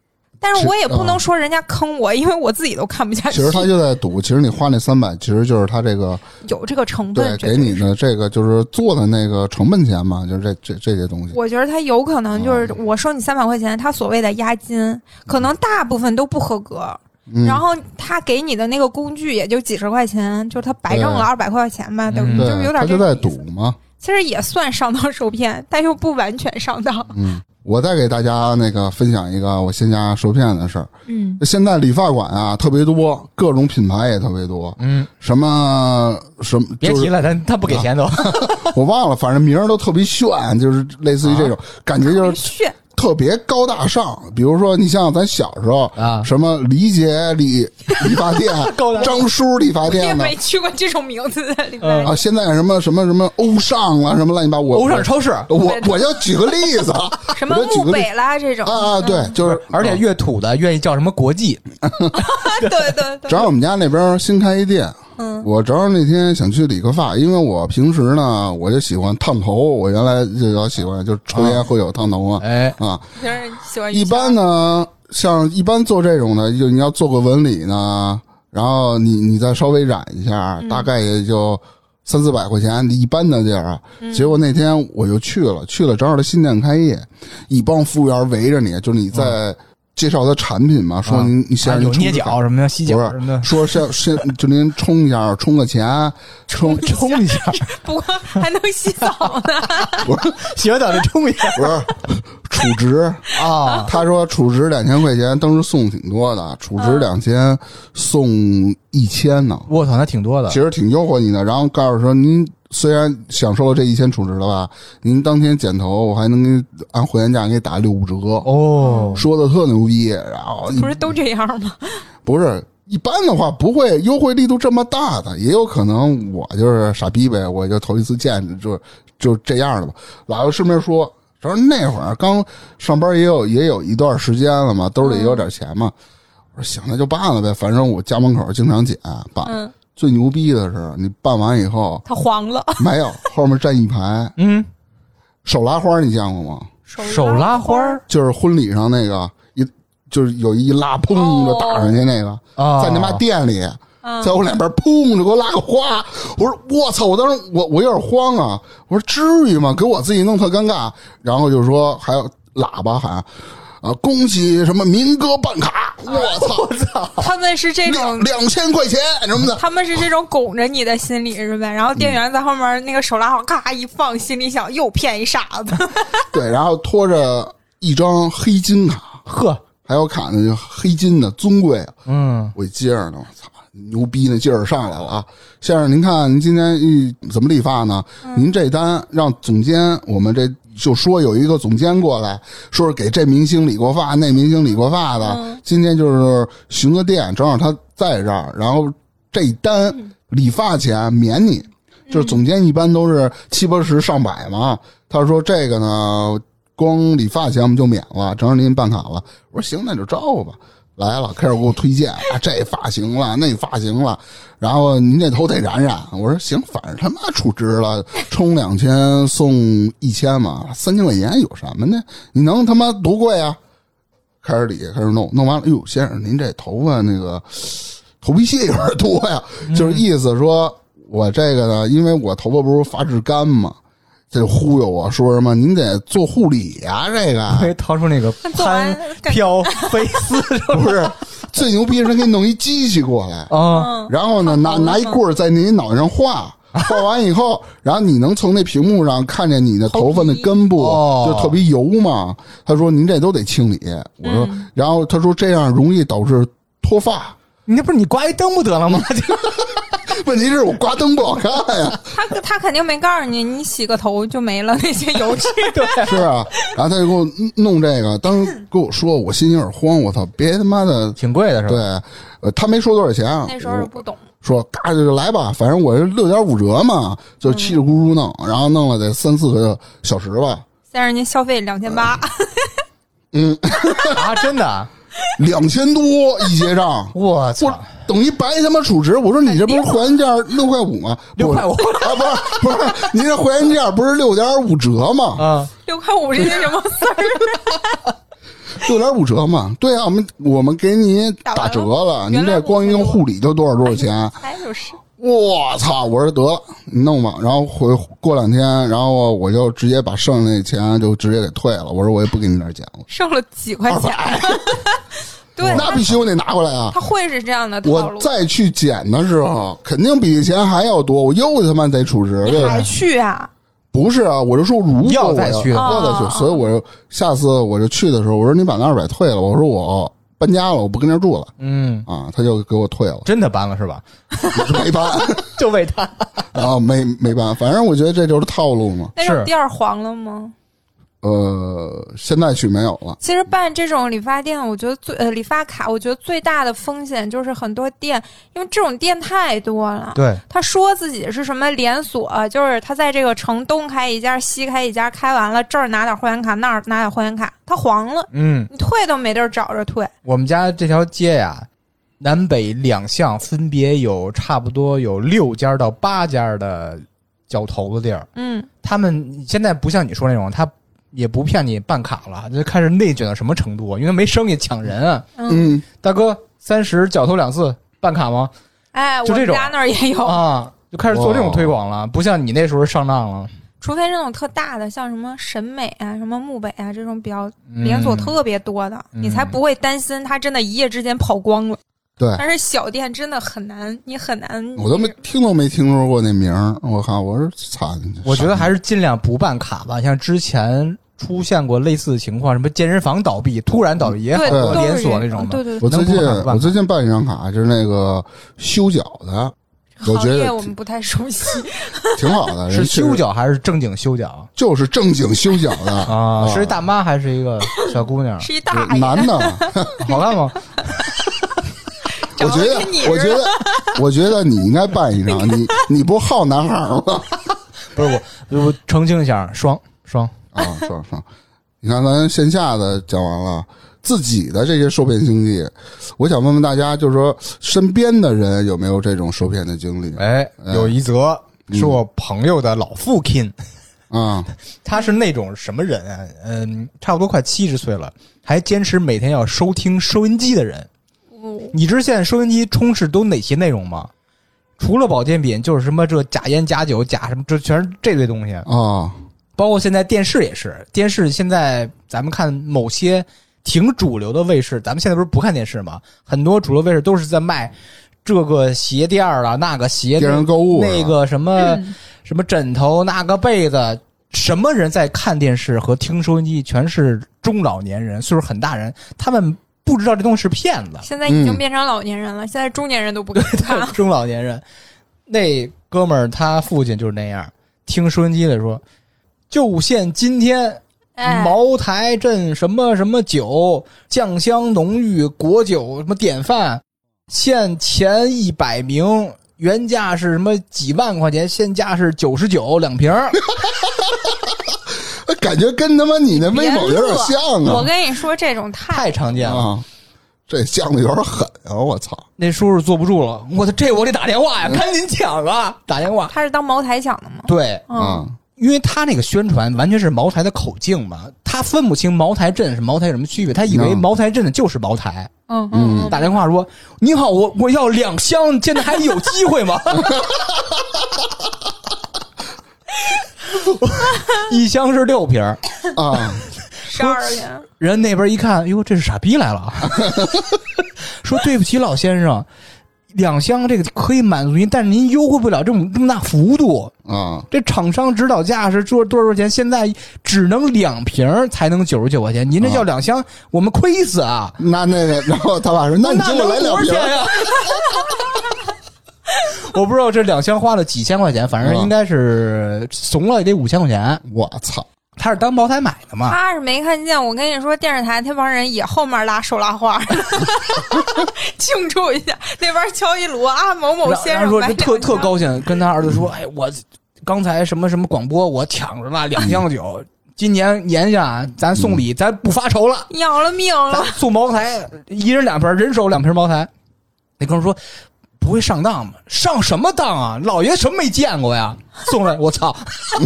但是我也不能说人家坑我，因为我自己都看不下去。 其实他就在赌，其实你花那三百，其实就是他这个有这个成本， 对，给你的这个就是做的那个成本钱嘛，就是这这这些东西。 我觉得他有可能就是我收你三百块钱，他所谓的押金，可能大部分都不合格。嗯、然后他给你的那个工具也就几十块钱，就是他白挣了二百块钱吧，对不对？就是有点他就在赌嘛。 其实也算上当受骗，但又不完全上当。 嗯，我再给大家那个分享一个我线下受骗的事儿。嗯，现在理发馆啊特别多，各种品牌也特别多。嗯，什么什么、就是、 别提了，他他不给钱都。 我忘了，反正名儿都特别炫，就是类似于这种、啊、感觉就是炫。 特别高大上，比如说你像咱小时候啊，什么李姐理理发店、张叔理发店的， 也没去过这种名字的理发店啊。现在什么什么什么欧尚啦，什么乱七八糟， 欧尚超市， 我我要举个例子， 什么木北啦这种啊，对，就是， 而且越土的愿意叫什么国际， 对对对。 正好我们家那边新开一店。嗯，我正好那天想去理个发，因为我平时呢我就喜欢烫头，我原来就老喜欢就抽烟喝酒烫头嘛，哎啊， 喜欢一般呢，像一般做这种的，就你要做个纹理呢，然后你你再稍微染一下，嗯、大概也就三四百块钱，一般的地儿。嗯、结果那天我就去了，去了正好他新店开业，一帮服务员围着你，就是你在。嗯介绍的产品嘛，说您、啊、你先让有捏脚什么的，洗脚什么的， 说先先就您充一下，充个钱，充充一下， 不过还能洗澡呢。 不是洗完澡就充一下， 不是储值啊。他说储值两千块钱，当时送挺多的，储值两千送一千呢。 我操，那挺多的， 其实挺诱惑你的。然后告诉说您。虽然享受了这一千储值了吧，您当天剪头我还能给你按会员价给你打六五折哦，说的特牛逼。然后不是都这样吗？ 不是，一般的话不会优惠力度这么大的，也有可能我就是傻逼呗，我就头一次见就就这样的吧。老师顺便说，主要那会儿刚上班也有也有一段时间了嘛，兜里也有点钱嘛。我说行，那就办了呗，反正我家门口经常剪办。嗯，最牛逼的是，你办完以后， 它黄了。没有，后面站一排，嗯，手拉花你见过吗？ 手拉花就是婚礼上那个一，就是有一拉砰就打上去那个，哦、在你妈店里，哦、在我两边砰就给我拉个花。我说我操！我当时我我有点慌啊！我说至于吗？给我自己弄特尴尬。然后就说还有喇叭喊。啊！恭喜什么民歌办卡！我操！ 我操！ 他们是这种两千块钱什么的， 他们是这种拱着你的心理是呗？然后店员在后面那个手拉好，咔一放，心里想又骗一傻子。 对，然后拖着一张黑金卡， 呵， 还有卡呢，就黑金的尊贵。嗯，我接着呢，我操！牛逼那劲儿上来了啊！先生，您看您今天一怎么理发呢？嗯、您这单让总监，我们这就说有一个总监过来，说是给这明星理过发，那明星理过发的。嗯、今天就是巡个店，正好他在这儿，然后这单理发钱免你，嗯、就是总监一般都是七八十上百嘛。他说这个呢，光理发钱我们就免了，正好您办卡了。我说行，那就照吧。来了，开始给我推荐啊，这发型了，那发型了，然后您这头得染染。我说行，反正他妈储值了，充两千送一千嘛，三千块钱有什么呢？你能他妈多贵啊？开始理，开始弄，弄完了，哎呦，先生，您这头发那个头皮屑有点多呀，嗯、就是意思说我这个呢，因为我头发不是发质干嘛。这就忽悠我说什么您得做护理呀、啊，这个可以掏出那个潘飘飞丝， 不是最牛逼是给你弄一机器过来啊，然后呢拿拿一棍儿在你脑袋上画，画完以后，然后你能从那屏幕上看见你的头发那根部就特别油嘛。他说您这都得清理，我说，嗯、然后他说这样容易导致脱发。 你那不是你刮一灯不得了吗？ 问题是我刮灯不好看呀。 他他肯定没告诉你，你洗个头就没了那些油脂。 对， 是啊。然后他就给我弄这个，当时跟我说，我心有点慌。我操，别他妈的， 挺贵的是吧？ 对，呃，他没说多少钱啊。 那时候是不懂。 说嘎就来吧，反正我是六点五折嘛，就稀里咕噜弄，然后弄了得三四个小时吧。 先生，您消费两千八。 嗯啊，真的。 两千多一结账， 我操！ 等于白他妈储值。我说你这不是会员价六块五吗？ 六块五啊， 不是不是，您这会员价不是六点五折吗？ 啊， 六块五是些什么事儿？ 六点五折嘛？对啊，我们我们给你打折了，您这光一个护理就多少多少钱？ 还就是。 我操！我说得了，你弄吧。然后回过两天，然后我就直接把剩下那钱就直接给退了。我说我也不给你这减了， 剩了几块钱。对， 那必须我得拿回来啊！ 他会是这样的套路。 我再去减的时候，肯定比钱还要多，我又他妈得储值。 你还去啊？ 不是啊，我就说如果要再去， 要再去，所以我就下次我就去的时候，我说你把那二百退了，我说我。搬家了，我不跟这住了。 嗯啊，他就给我退了。 真的搬了是吧？ 没搬， 就为他。 啊，没没搬，反正我觉得这就是套路嘛。 那种店黄了吗？ 呃，现在去没有了。 其实办这种理发店，我觉得最呃理发卡，我觉得最大的风险就是很多店，因为这种店太多了。 对， 他说自己是什么连锁，就是他在这个城东开一家，西开一家，开完了这儿拿点会员卡，那儿拿点会员卡，他黄了。 嗯， 你退都没地儿找着退。 我们家这条街呀，南北两巷分别有差不多有六家到八家的绞头的地儿。 嗯， 他们现在不像你说那种，他。也不骗你办卡了，就开始内卷到什么程度？因为没生意抢人啊。 嗯， 大哥，三十绞头两次办卡吗？ 哎， 就这种， 我家那儿也有啊，就开始做这种推广了，不像你那时候上当了。 除非这种特大的，像什么审美啊、什么木北啊这种比较连锁特别多的， 嗯、 你才不会担心它真的一夜之间跑光了。 对， 但是小店真的很难，你很难。 我都没听都没听说过那名儿，我靠！我说惨。 我觉得还是尽量不办卡吧，像之前。出现过类似的情况，什么健身房倒闭，突然倒闭也好多连锁那种的。 对对对， 我最近我最近办一张卡，就是那个修脚的，我觉得我们不太熟悉， 挺好的。 是修脚还是正经修脚？ 就是正经修脚的啊！是一大妈还是一个小姑娘？ 是一大爷男的， 好看吗？ 我觉得，我觉得，我觉得你应该办一张。你你不好男孩吗？ 不是我，我澄清一下，双双。 啊，是是，你看咱线下的讲完了，自己的这些受骗经历，我想问问大家，就是说身边的人有没有这种受骗的经历？ 哎，有一则是我朋友的老父亲， 啊、嗯， 他是那种什么人啊？嗯，差不多快七十岁了，还坚持每天要收听收音机的人。 嗯， 你知道现在收音机充斥都哪些内容吗？除了保健品，就是什么这假烟、假酒、假什么，这全是这类东西啊。 哦， 包括现在电视也是，电视现在咱们看某些挺主流的卫视，咱们现在不是不看电视吗？很多主流卫视都是在卖这个鞋垫啊，那个鞋电视购物， 那个什么、嗯、什么枕头，那个被子，什么人在看电视和听收音机，全是中老年人，岁数很大人，他们不知道这东西是骗子。 现在已经变成老年人了，嗯、现在中年人都不敢看。 中老年人，那哥们儿他父亲就是那样，听收音机的说。就现今天，茅台镇什么什么酒，酱香浓郁，果酒什么典范，现前一百名，原价是什么几万块钱，现价是九十九两瓶。 感觉跟他妈你那微博有点像啊！ 我跟你说，这种太太常见了。 啊这像的有点狠啊！我操， 那叔叔坐不住了，我这我得打电话呀，赶紧抢啊！打电话。 他是当茅台抢的吗？ 对， 嗯。 因为他那个宣传完全是茅台的口径嘛，他分不清茅台镇是茅台有什么区别，他以为茅台镇的就是茅台。 嗯嗯， 打电话说：“你好，我我要两箱，现在还有机会吗？”一箱是六瓶啊， 十二瓶。 人那边一看，哟，这是傻逼来了，说对不起老先生。两箱这个可以满足您，但是您优惠不了这种这么大幅度啊！ 这厂商指导价是多多少钱？现在只能两瓶才能九十九块钱，您这要两箱，啊、我们亏死啊！ 那那个，然后他爸说：“那你给我来两瓶呀！”我不知道这两箱花了几千块钱，反正应该是怂了也得五千块钱。 我操！ 他是当茅台买的嘛？ 他是没看见。我跟你说，电视台那帮人也后面拉手拉花，庆祝一下。那边敲一锣啊，某某先生说特特高兴，跟他儿子说：“哎，我刚才什么什么广播，我抢着了两箱酒。今年年下咱送礼，咱不发愁了， 要了命了， 咱送茅台，一人两瓶，人手两瓶茅台。”那哥们说。 不会上当吗？上什么当啊？老爷什么没见过呀？送来，我操！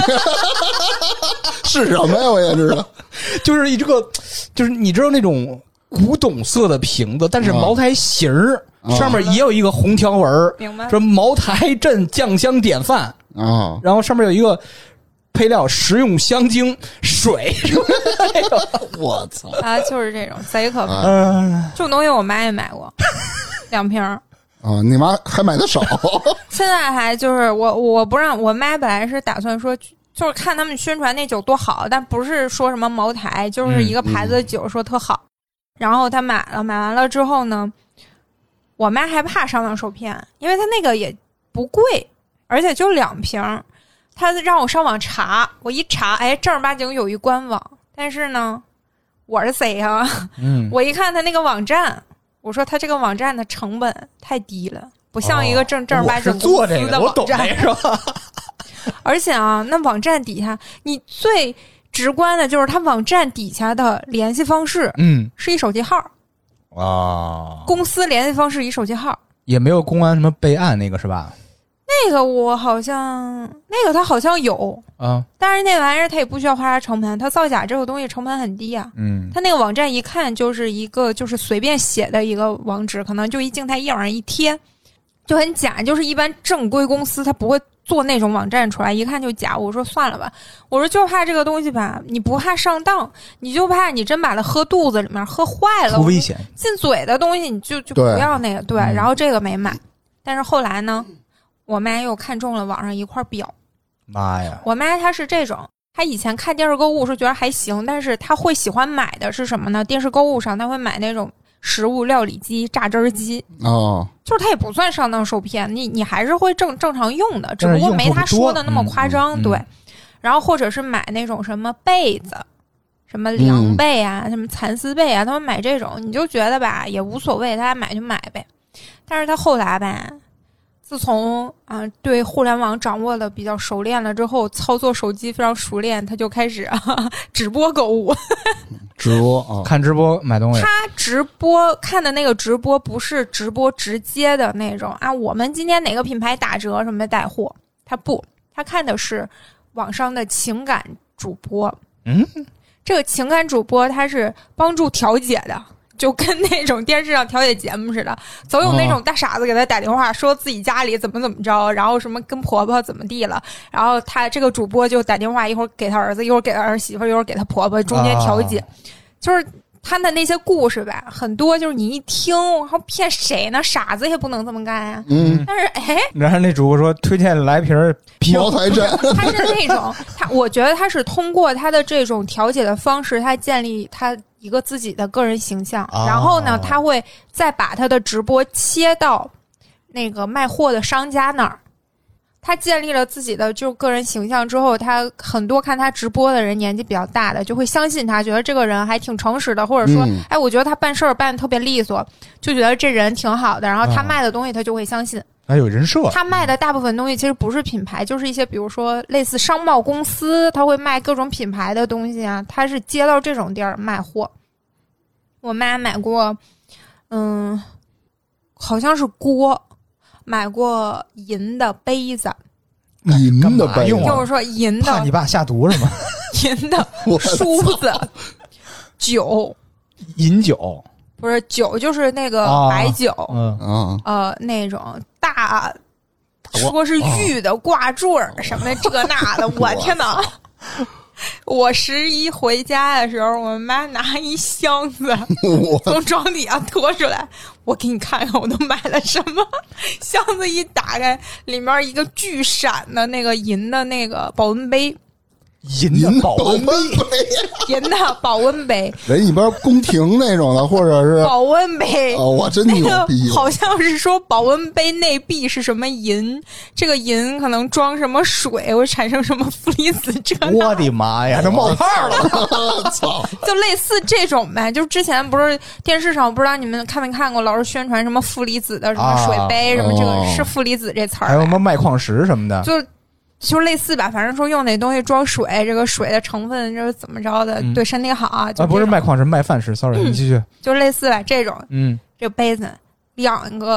是什么呀？我也知道， 就是一这个，就是你知道那种古董色的瓶子，但是茅台形儿、哦、上面也有一个红条纹， 明白？ 说茅台镇酱香典范啊、 哦， 然后上面有一个配料食用香精水。 我操啊，就是这种贼可怕。 嗯， 这种东西我妈也买过两瓶。 啊，你妈还买的少？ 现在还就是我我不让我妈本来是打算说，就是看他们宣传那酒多好，但不是说什么茅台，就是一个牌子的酒说特好。嗯嗯、然后她买了，买完了之后呢，我妈还怕上当受骗，因为她那个也不贵，而且就两瓶。她让我上网查，我一查，哎，正儿八经有一官网，但是呢，我是谁呀、啊？嗯，我一看他那个网站。我说他这个网站的成本太低了，不像一个正正儿八经公司的网站， 是吧？ 而且啊，那网站底下你最直观的就是他网站底下的联系方式， 嗯， 是一手机号啊， 公司联系方式一手机号， 也没有公安什么备案那个是吧？ 那个我好像那个他好像有啊， 但是那玩意儿他也不需要花啥成本，他造假这个东西成本很低啊。 嗯， 他那个网站一看就是一个就是随便写的一个网址，可能就一静态页往上一贴，就很假。就是一般正规公司他不会做那种网站出来，一看就假。我说算了吧，我说就怕这个东西吧，你不怕上当，你就怕你真把它喝肚子里面喝坏了， 出危险。 进嘴的东西你就就不要那个 对, 对、嗯。然后这个没买，但是后来呢？我妈又看中了网上一块表， 妈呀！ 我妈她是这种，她以前看电视购物是觉得还行，但是她会喜欢买的是什么呢？电视购物上她会买那种食物料理机、榨汁机哦， 就是它也不算上当受骗，你你还是会正正常用的，只不过没她说的那么夸张，嗯、对、嗯。然后或者是买那种什么被子，什么凉被啊、嗯、什么蚕丝被啊，他们买这种，你就觉得吧也无所谓，他买就买呗。但是他后来吧。自从啊、呃、对互联网掌握的比较熟练了之后，操作手机非常熟练，他就开始啊直播购物， 直播啊、哦， 看直播买东西。 他直播看的那个直播不是直播直接的那种啊，我们今天哪个品牌打折什么带货，他不，他看的是网上的情感主播。 嗯， 这个情感主播他是帮助调解的。就跟那种电视上调解节目似的，总有那种大傻子给他打电话说自己家里怎么怎么着，然后什么跟婆婆怎么地了，然后他这个主播就打电话，一会儿给他儿子，一会儿给他儿媳妇，一会儿给他婆婆，中间调解，就是他的那些故事吧，很多就是你一听，然后骗谁呢？傻子也不能这么干呀。 嗯， 但是哎， 然后那主播说推荐来瓶茅台镇， 他是那种他，我觉得他是通过他的这种调解的方式，他建立他。一个自己的个人形象， 哦、 然后呢，他会再把他的直播切到那个卖货的商家那儿。他建立了自己的就个人形象之后，他很多看他直播的人年纪比较大的就会相信他，觉得这个人还挺诚实的，或者说，嗯、哎，我觉得他办事儿办得特别利索，就觉得这人挺好的，然后他卖的东西他就会相信。 还有人设， 他卖的大部分东西其实不是品牌，就是一些比如说类似商贸公司，他会卖各种品牌的东西啊，他是接到这种地儿卖货。我妈买过，嗯，好像是锅，买过银的杯子， 银的杯子， 就是说银的， 怕你爸下毒是吗？ 银的梳子，酒， 饮酒。 不是酒，就是那个白酒， 嗯嗯呃，那种大，说是玉的挂坠儿什么的这那的，我天哪！我十一回家的时候，我妈拿一箱子从床底下拖出来，我给你看看我都买了什么。箱子一打开，里面一个巨闪的那个银的那个保温杯。 银的保温杯， 银的保温杯， 人一般宫廷那种的，或者是保温杯。 哦，我真牛逼！ 那个好像是说保温杯内壁是什么银，这个银可能装什么水，会产生什么负离子这那。 我的妈呀，都冒泡了！ 操！ 就类似这种呗，就是之前不是电视上，不知道你们看没看过，老是宣传什么负离子的什么水杯，啊、什么这个、哦、是负离子这词儿， 还有什么麦矿石什么的， 就。就类似吧，反正说用那东西装水，这个水的成分就是怎么着的，嗯、对身体好啊。 啊，不是麦矿石，麦饭石 ，sorry，、嗯、你继续。 就类似吧这种， 嗯， 这个杯子两个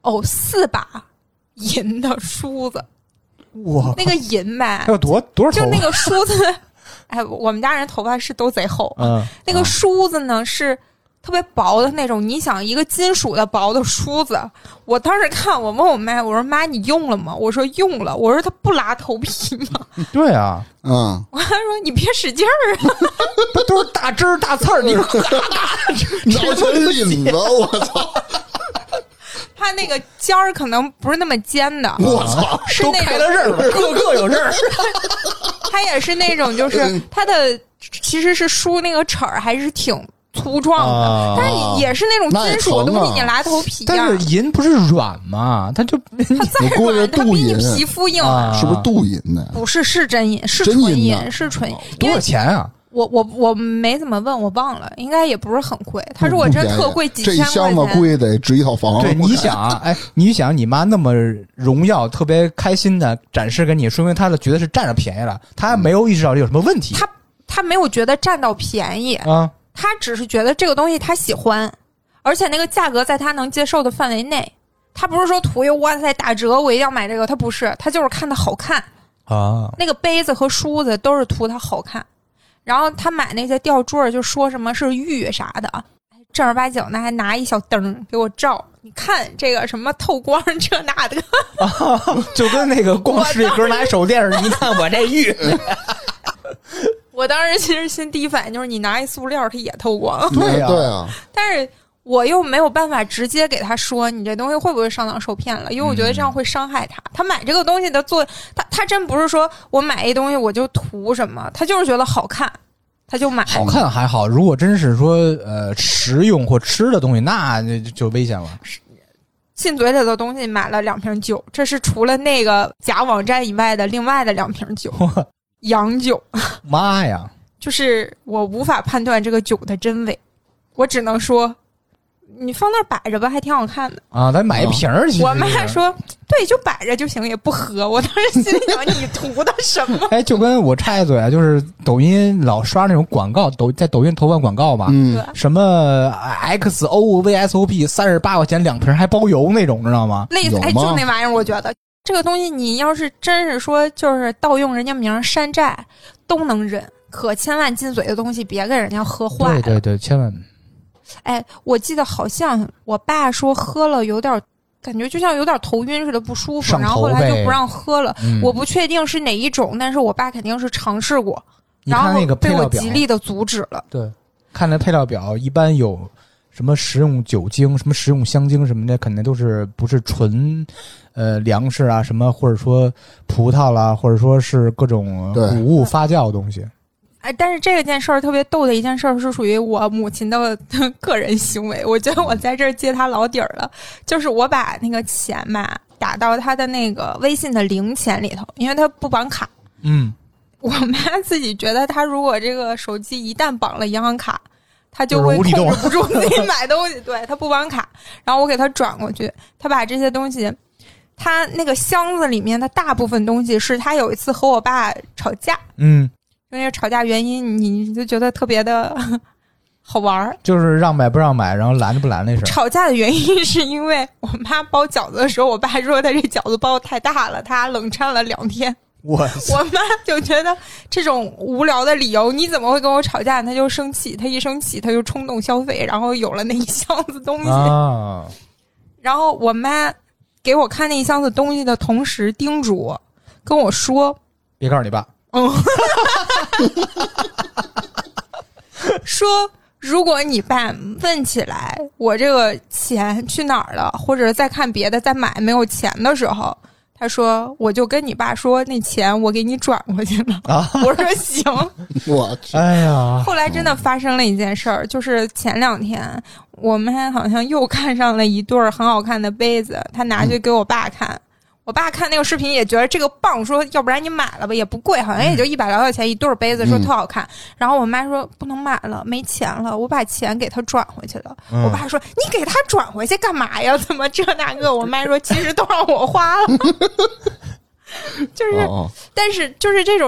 哦四把银的梳子。 哇， 那个银吧， 还有多多少头？ 就那个梳子，哎，我们家人头发是都贼厚。 嗯， 那个梳子呢是特别薄的那种，你想一个金属的薄的梳子，我当时看，我问我妈，我说妈，你用了吗？我说用了。我说它不拉头皮吗？ 对啊， 嗯， 我还说你别使劲儿啊， 不都是大汁儿大刺儿，你脑全引子，我操！ 它那个尖儿可能不是那么尖的， 我操， 是那都开了刃了，个个有刃儿。 它也是那种，就是它的其实是梳那个齿儿还是挺粗壮的， 啊、 但是也是那种金属的东西，你拉头皮、啊。 但是银不是软吗？它就它再软，它比你皮肤硬， 啊、 是不是镀银的？ 不是，是真银，是纯银，是纯银。 多少钱啊？ 我我我没怎么问，我忘了，应该也不是很贵。他如果真特贵，几千块钱， 这箱子贵得值一套房。 对，你想啊，哎，你想你妈那么荣耀、特别开心的展示给你，说明她的觉得是占着便宜了，她没有意识到这有什么问题。 她她没有觉得占到便宜啊， 她只是觉得这个东西她喜欢，而且那个价格在她能接受的范围内。她不是说图一哇塞打折我一定要买这个，她不是，她就是看它好看啊。 那个杯子和梳子都是图它好看。然后他买那些吊坠就说什么是玉啥的，正儿八经的还拿一小灯给我照，你看这个什么透光这那的、 啊、就跟那个光是一盒拿手电似的，你看我这玉。 我当时其实心第一反应就是你拿一塑料它也透光。 对啊，对啊， 但是我又没有办法直接给他说你这东西会不会上当受骗了，因为我觉得这样会伤害他。他买这个东西的做，他他真不是说我买一东西我就图什么，他就是觉得好看，他就买。 好看还好，如果真是说呃食用或吃的东西，那就危险了。 进嘴里的东西买了两瓶酒，这是除了那个假网站以外的另外的两瓶酒，洋酒。 妈呀！就是我无法判断这个酒的真伪，我只能说。你放那儿摆着吧，还挺好看的啊！咱买一瓶儿、嗯。 我妈说：“对，就摆着就行，也不喝。”我当时心里想：“你图的什么？” 哎，就跟我插一嘴啊，就是抖音老刷那种广告，抖在抖音投放广告嘛， 嗯， 什么 X O V S O P 三十八块钱两瓶还包邮那种，知道吗？ 类似哎，就那玩意儿，我觉得这个东西你要是真是说就是盗用人家名山寨都能忍，可千万进嘴的东西别给人家喝坏了。 对对对，千万。 哎，我记得好像我爸说喝了有点感觉就像有点头晕似的不舒服，然后后来就不让喝了、嗯、我不确定是哪一种，但是我爸肯定是尝试过， 然后被我极力的阻止了。 对，看那配料表一般有什么食用酒精什么食用香精什么的，肯定都是不是纯呃粮食啊什么，或者说葡萄啦，或者说是各种谷物发酵的东西。 哎，但是这个件事儿特别逗的一件事儿是属于我母亲的个人行为，我觉得我在这儿揭她老底儿了。就是我把那个钱吧打到她的那个微信的零钱里头，因为她不绑卡。 嗯， 我妈自己觉得她如果这个手机一旦绑了银行卡，她就会控制不住自己买东西。对，她不绑卡，然后我给她转过去，她把这些东西，她那个箱子里面的大部分东西是她有一次和我爸吵架。 嗯。 因为吵架原因，你就觉得特别的好玩， 就是让买不让买，然后拦着不拦那事。 吵架的原因是因为我妈包饺子的时候，我爸说他这饺子包太大了，他冷战了两天。 我我妈就觉得这种无聊的理由，你怎么会跟我吵架？他就生气，他一生气他就冲动消费，然后有了那一箱子东西。 啊、 然后我妈给我看那一箱子东西的同时，叮嘱我跟我说：“ 别告诉你爸。” 嗯，说如果你爸问起来我这个钱去哪儿了，或者再看别的再买没有钱的时候，他说我就跟你爸说那钱我给你转过去了。啊、我说行。 我去， 哎呀！ 后来真的发生了一件事儿，就是前两天我们好像又看上了一对很好看的杯子，他拿去给我爸看。嗯，我爸看那个视频也觉得这个棒，说要不然你买了吧，也不贵，好像也就一百来块钱一对杯子，说特好看。嗯、然后我妈说不能买了，没钱了，我把钱给他转回去了。嗯、我爸说你给他转回去干嘛呀？怎么这那个？我妈说其实都让我花了。就是，哦、但是就是这种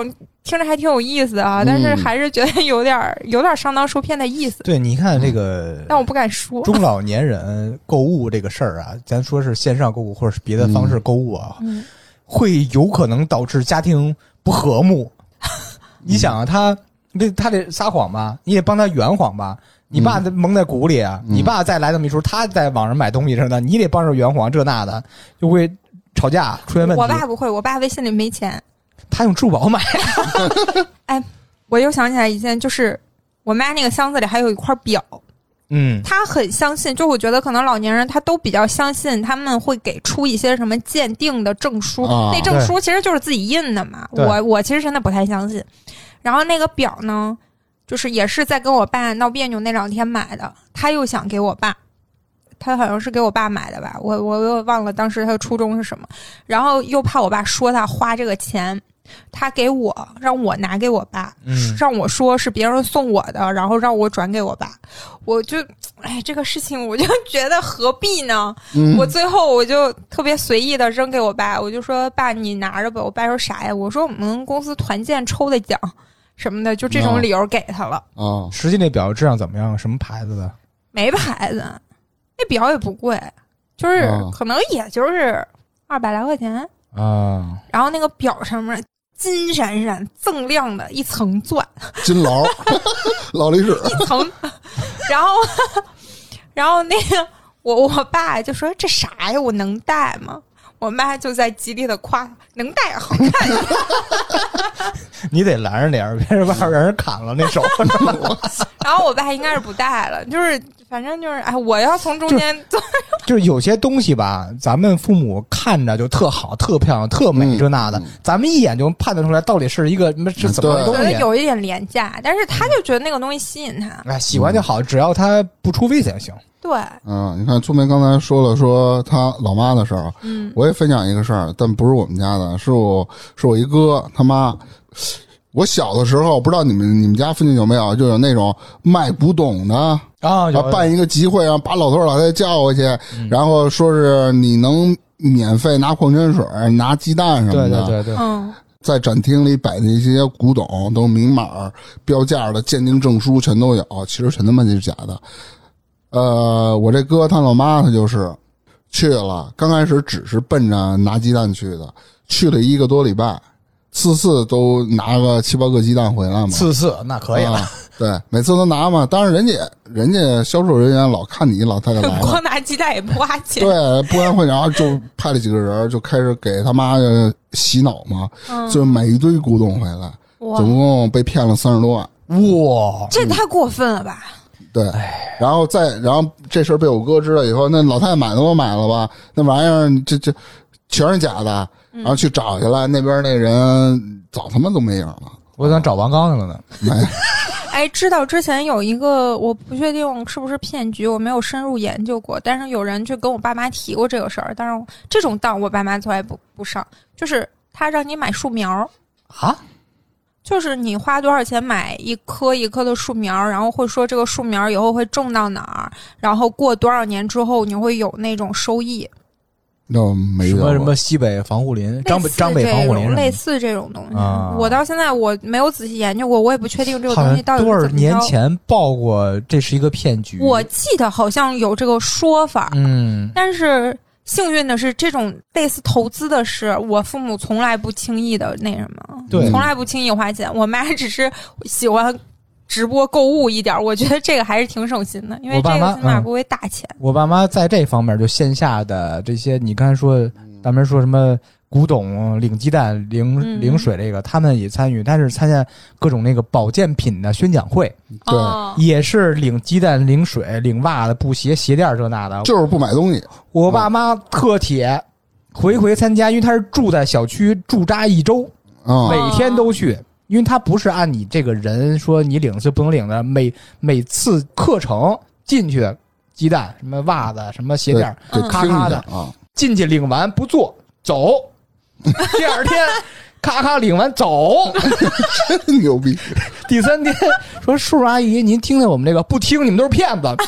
听着还挺有意思啊，但是还是觉得有点有点上当受骗的意思。 对，你看这个， 但我不敢说。 中老年人购物这个事儿啊，咱说是线上购物或者是别的方式购物啊， 嗯、 会有可能导致家庭不和睦。你想啊，他他得撒谎吧，你得帮他圆谎吧。你爸蒙在鼓里啊，嗯、你爸再来这么一出，他在网上买东西似的，你得帮着圆谎，这那的就会吵架出现问题。 我爸不会，我爸微信里没钱， 他用支付宝买。 哎，我又想起来一件，就是我妈那个箱子里还有一块表。 嗯， 他很相信，就我觉得可能老年人他都比较相信他们会给出一些什么鉴定的证书，啊、那证书其实就是自己印的嘛。我我其实真的不太相信。然后那个表呢，就是也是在跟我爸闹别扭那两天买的，他又想给我爸，他好像是给我爸买的吧，我我又忘了当时他的初衷是什么，然后又怕我爸说他花这个钱。他给我让我拿给我爸、嗯、让我说是别人送我的，然后让我转给我爸，我就哎这个事情我就觉得何必呢、嗯、我最后我就特别随意的扔给我爸，我就说爸你拿着吧。我爸说啥呀？我说我们公司团建抽的奖什么的，就这种理由给他了。 哦，实际那表质量怎么样？什么牌子的？ 没牌子，那表也不贵，就是、哦、可能也就是二百来块钱啊、哦。 然后那个表上面金闪闪锃亮的一层钻， 金劳劳力士一层，然后然后那个我我爸就说这啥呀，我能戴吗？我妈就在极力的夸能戴好看呀。 你得拦着点，别人让人砍了那手。 然后我爸应该是不戴了，就是反正就是哎，我要从中间就, 就是有些东西吧，咱们父母看着就特好、特漂亮、特美这那的，嗯、咱们一眼就判断出来到底是一个是怎么个东西。 觉得有一点廉价，但是他就觉得那个东西吸引他。 哎，喜欢就好，只要他不出危险行。 对， 嗯，你看粗梅刚才说了说他老妈的事儿， 嗯， 我也分享一个事儿，但不是我们家的，是我是我一哥他妈。我小的时候不知道你们你们家附近有没有，就有那种卖古董的啊， 办一个集会，然后把老头老太太叫过去、嗯，然后说是你能免费拿矿泉水、拿鸡蛋什么的， 对对对对， 嗯。 在展厅里摆的一些古董都明码标价的鉴定证书全都有，其实全他妈就是假的。呃，我这哥他老妈他就是去了，刚开始只是奔着拿鸡蛋去的，去了一个多礼拜，次次都拿个七八个鸡蛋回来嘛。 次次那可以了、啊， 对，每次都拿嘛。当然人家人家销售人员老看你老太太来了， 光拿鸡蛋也不花钱。 对，不然会然后就派了几个人就开始给他妈洗脑嘛，嗯、就买一堆古董回来，总共被骗了三十多万。 哇， 这太过分了吧！ 对，然后再然后这事儿被我哥知道以后，那老太太买的我买了吧，那玩意儿这这全是假的，然后去找去了，那边那人早他妈都没影了。 我想找王刚去了呢。 没。 哎，知道之前有一个，我不确定是不是骗局，我没有深入研究过，但是有人就跟我爸妈提过这个事儿。当然，这种当我爸妈从来不不上，就是他让你买树苗啊。 就是你花多少钱买一棵一棵的树苗，然后会说这个树苗以后会种到哪儿，然后过多少年之后你会有那种收益。 那没有什么什么西北防护林、张北张北防护林， 类似这种东西、 啊。 我到现在我没有仔细研究过，我也不确定这个东西到底是怎么着。 多少年前报过这是一个骗局， 我记得好像有这个说法。 嗯， 但是幸运的是，这种类似投资的事，我父母从来不轻易的那什么， 对， 从来不轻易花钱。我妈只是喜欢直播购物一点，我觉得这个还是挺省心的，因为这个起码不会大钱。 我爸妈在这方面就线下的这些，你刚才说大门说什么古董、领鸡蛋、领、嗯、领水，这个他们也参与，但是参加各种那个保健品的宣讲会， 对， 哦、 也是领鸡蛋、领水、领袜子、布鞋、鞋垫这那的， 就是不买东西。 我爸妈特铁，回回参加，因为他是住在小区驻扎一周， 哦、 每天都去。因为他不是按你这个人说你领是不能领的，每每次课程进去，鸡蛋什么袜子什么鞋垫，咔咔的啊， 进去领完不做走，第二天咔咔领完走， 真牛逼。 第三天说叔叔阿姨您听听我们这个，不听你们都是骗子。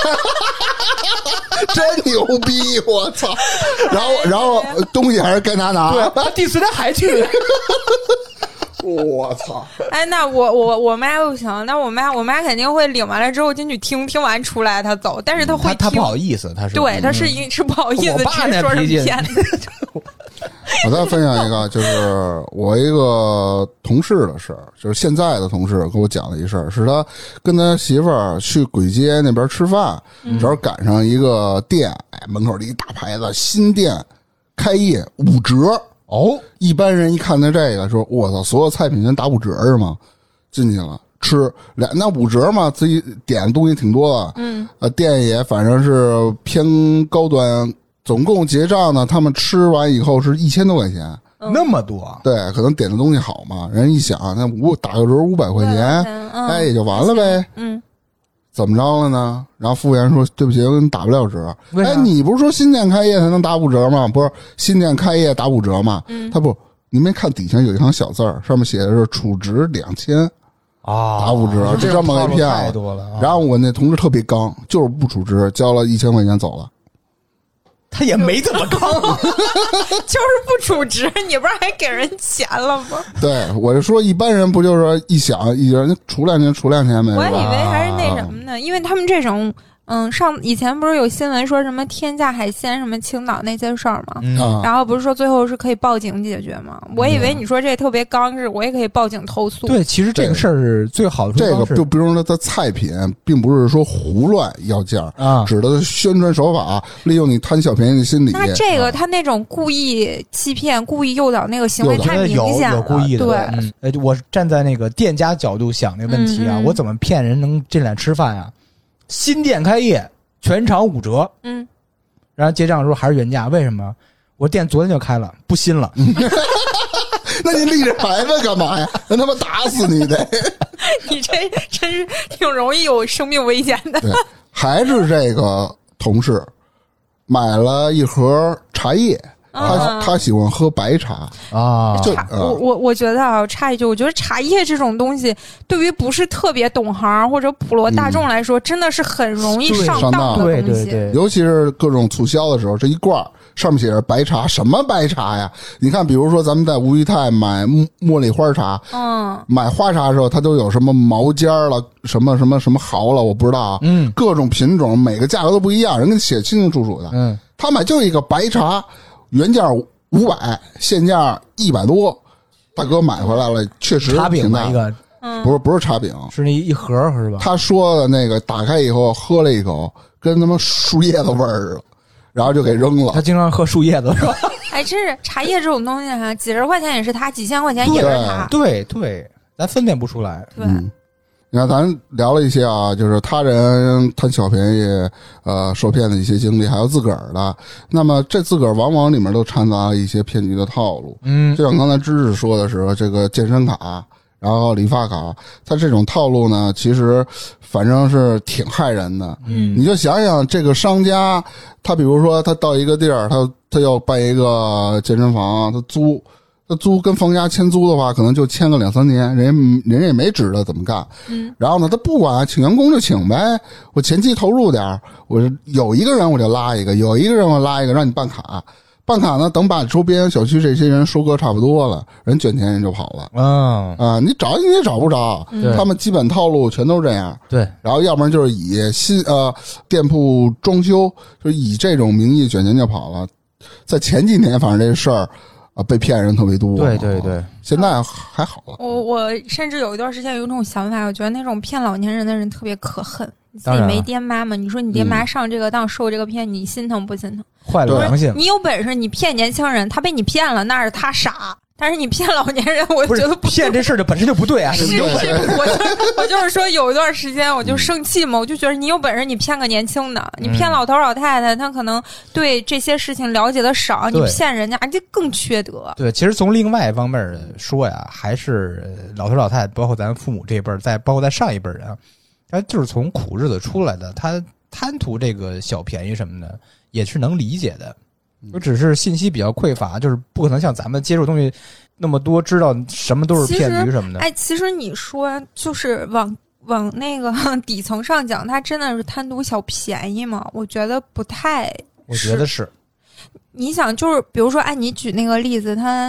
真牛逼！我操！然后然后东西还是该拿拿。 对，第四天还去。 我操！ 哎，那我我我妈不行，那我妈我妈肯定会领完了之后进去听，听完出来她走，但是她会听， 她不好意思，她是对，她是一是不好意思， 我爸直说是骗的。 我再分享一个，就是我一个同事的事儿，就是现在的同事跟我讲的一事儿，是他跟他媳妇儿去簋街那边吃饭，正好赶上一个店，哎，门口的一大牌子，新店开业五折。 哦， 一般人一看到这个，说我操，所有菜品全打五折是吗？进去了吃两那五折嘛，自己点的东西挺多的，嗯，呃，店也反正是偏高端。总共结账呢，他们吃完以后是一千多块钱， 嗯、那么多？ 对，可能点的东西好嘛，人一想，那五打个折五百块钱，嗯、哎，也就完了呗。 嗯， 怎么着了呢？然后服务员说：“对不起，我给你打不了折。”哎，你不是说新店开业才能打五折吗？不是，新店开业打五折吗？嗯，他不，你没看底下有一行小字儿，上面写的是储值两千啊，打五折，就这么给骗了。 了然后我那同事特别刚，就是不储值，交了一千块钱走了。 他也没怎么刚， 就是不储值，你不是还给人钱了吗？ 对，我就说一般人不就是说一想一人除两千除两千呗？ 我以为还是那什么呢，因为他们这种。嗯，上以前不是有新闻说什么天价海鲜什么青岛那些事儿吗？嗯，然后不是说最后是可以报警解决吗？我以为你说这特别刚是，我也可以报警投诉。 对，其实这个事儿是最好的。 这个就比如说它菜品，并不是说胡乱要价啊，指的宣传手法，利用你贪小便宜的心理。 那这个他那种故意欺骗、故意诱导那个行为太明显了， 有有故意的。 对， 嗯、呃，我站在那个店家角度想那个问题啊，嗯嗯我怎么骗人能进来吃饭呀？新店开业。全场五折，嗯，然后结账的时候还是原价，为什么？我店昨天就开了，不新了。 那你立着牌子干嘛呀？那他妈打死你得！ 你这真是挺容易有生命危险的。 对，还是这个同事买了一盒茶叶。他、啊、他喜欢喝白茶啊， 就茶我我我觉得啊，插一句，我觉得茶叶这种东西，对于不是特别懂行或者普罗大众来说，嗯、真的是很容易上当的东西。 对对对， 尤其是各种促销的时候，这一罐上面写着白茶，什么白茶呀？你看，比如说咱们在吴裕泰买茉莉花茶，嗯，买花茶的时候，它都有什么毛尖了，什么什么什么毫了，我不知道啊，嗯，各种品种，每个价格都不一样，人家写清清楚楚的，嗯，他买就一个白茶。原价五百，现价一百多，大哥买回来了，确实茶饼一个， 不是不是茶饼， 是那一盒是吧？ 他说的那个打开以后喝了一口，跟他妈树叶子味儿似的，然后就给扔了。 他经常喝树叶子是吧？ 哎，真是茶叶这种东西哈、啊，几十块钱也是他，几千块钱也是他， 对对，咱分辨不出来。 对。 嗯你看，咱聊了一些啊，就是他人贪小便宜，呃，受骗的一些经历，还有自个儿的。那么这自个儿往往里面都掺杂了一些骗局的套路。嗯，就像刚才芝芝说的是，这个健身卡，然后理发卡，它这种套路呢，其实反正是挺害人的。嗯，你就想想这个商家，他比如说他到一个地儿，他他要办一个健身房，他租。他租跟房家签租的话，可能就签个两三年，人家人家也没指着怎么干。嗯，然后呢，他不管请员工就请呗，我前期投入点，我有一个人我就拉一个，有一个人我拉一个，让你办卡。办卡呢，等把周边小区这些人收割差不多了，人卷钱人就跑了。嗯啊，你找你也找不着，他们基本套路全都是这样。 对， 然后要不然就是以新呃店铺装修，就以这种名义卷钱就跑了。在前几年，反正这事儿。啊，被骗人特别多。 对对对， 现在还好了。 我我甚至有一段时间有一种想法，我觉得那种骗老年人的人特别可恨。你自己没爹妈吗？你说你爹妈上这个当受这个骗，你心疼不心疼？ 坏了良心。 你有本事你骗年轻人，他被你骗了，那是他傻。但是你骗老年人，我觉得不骗这事儿就本身就不对啊！ 是是，我就我就是说，有一段时间我就生气嘛，我就觉得你有本事你骗个年轻的，你骗老头老太太，他可能对这些事情了解的少，你骗人家，这更缺德。 对，其实从另外一方面说呀，还是老头老太太，包括咱父母这一辈儿，再包括在上一辈人啊，他就是从苦日子出来的，他贪图这个小便宜什么的，也是能理解的。我只是信息比较匮乏，就是不可能像咱们接触东西那么多，知道什么都是骗局什么的。 哎，其实你说就是往往那个底层上讲，他真的是贪图小便宜吗？我觉得不太。 我觉得是。 你想，就是比如说，哎，你举那个例子，他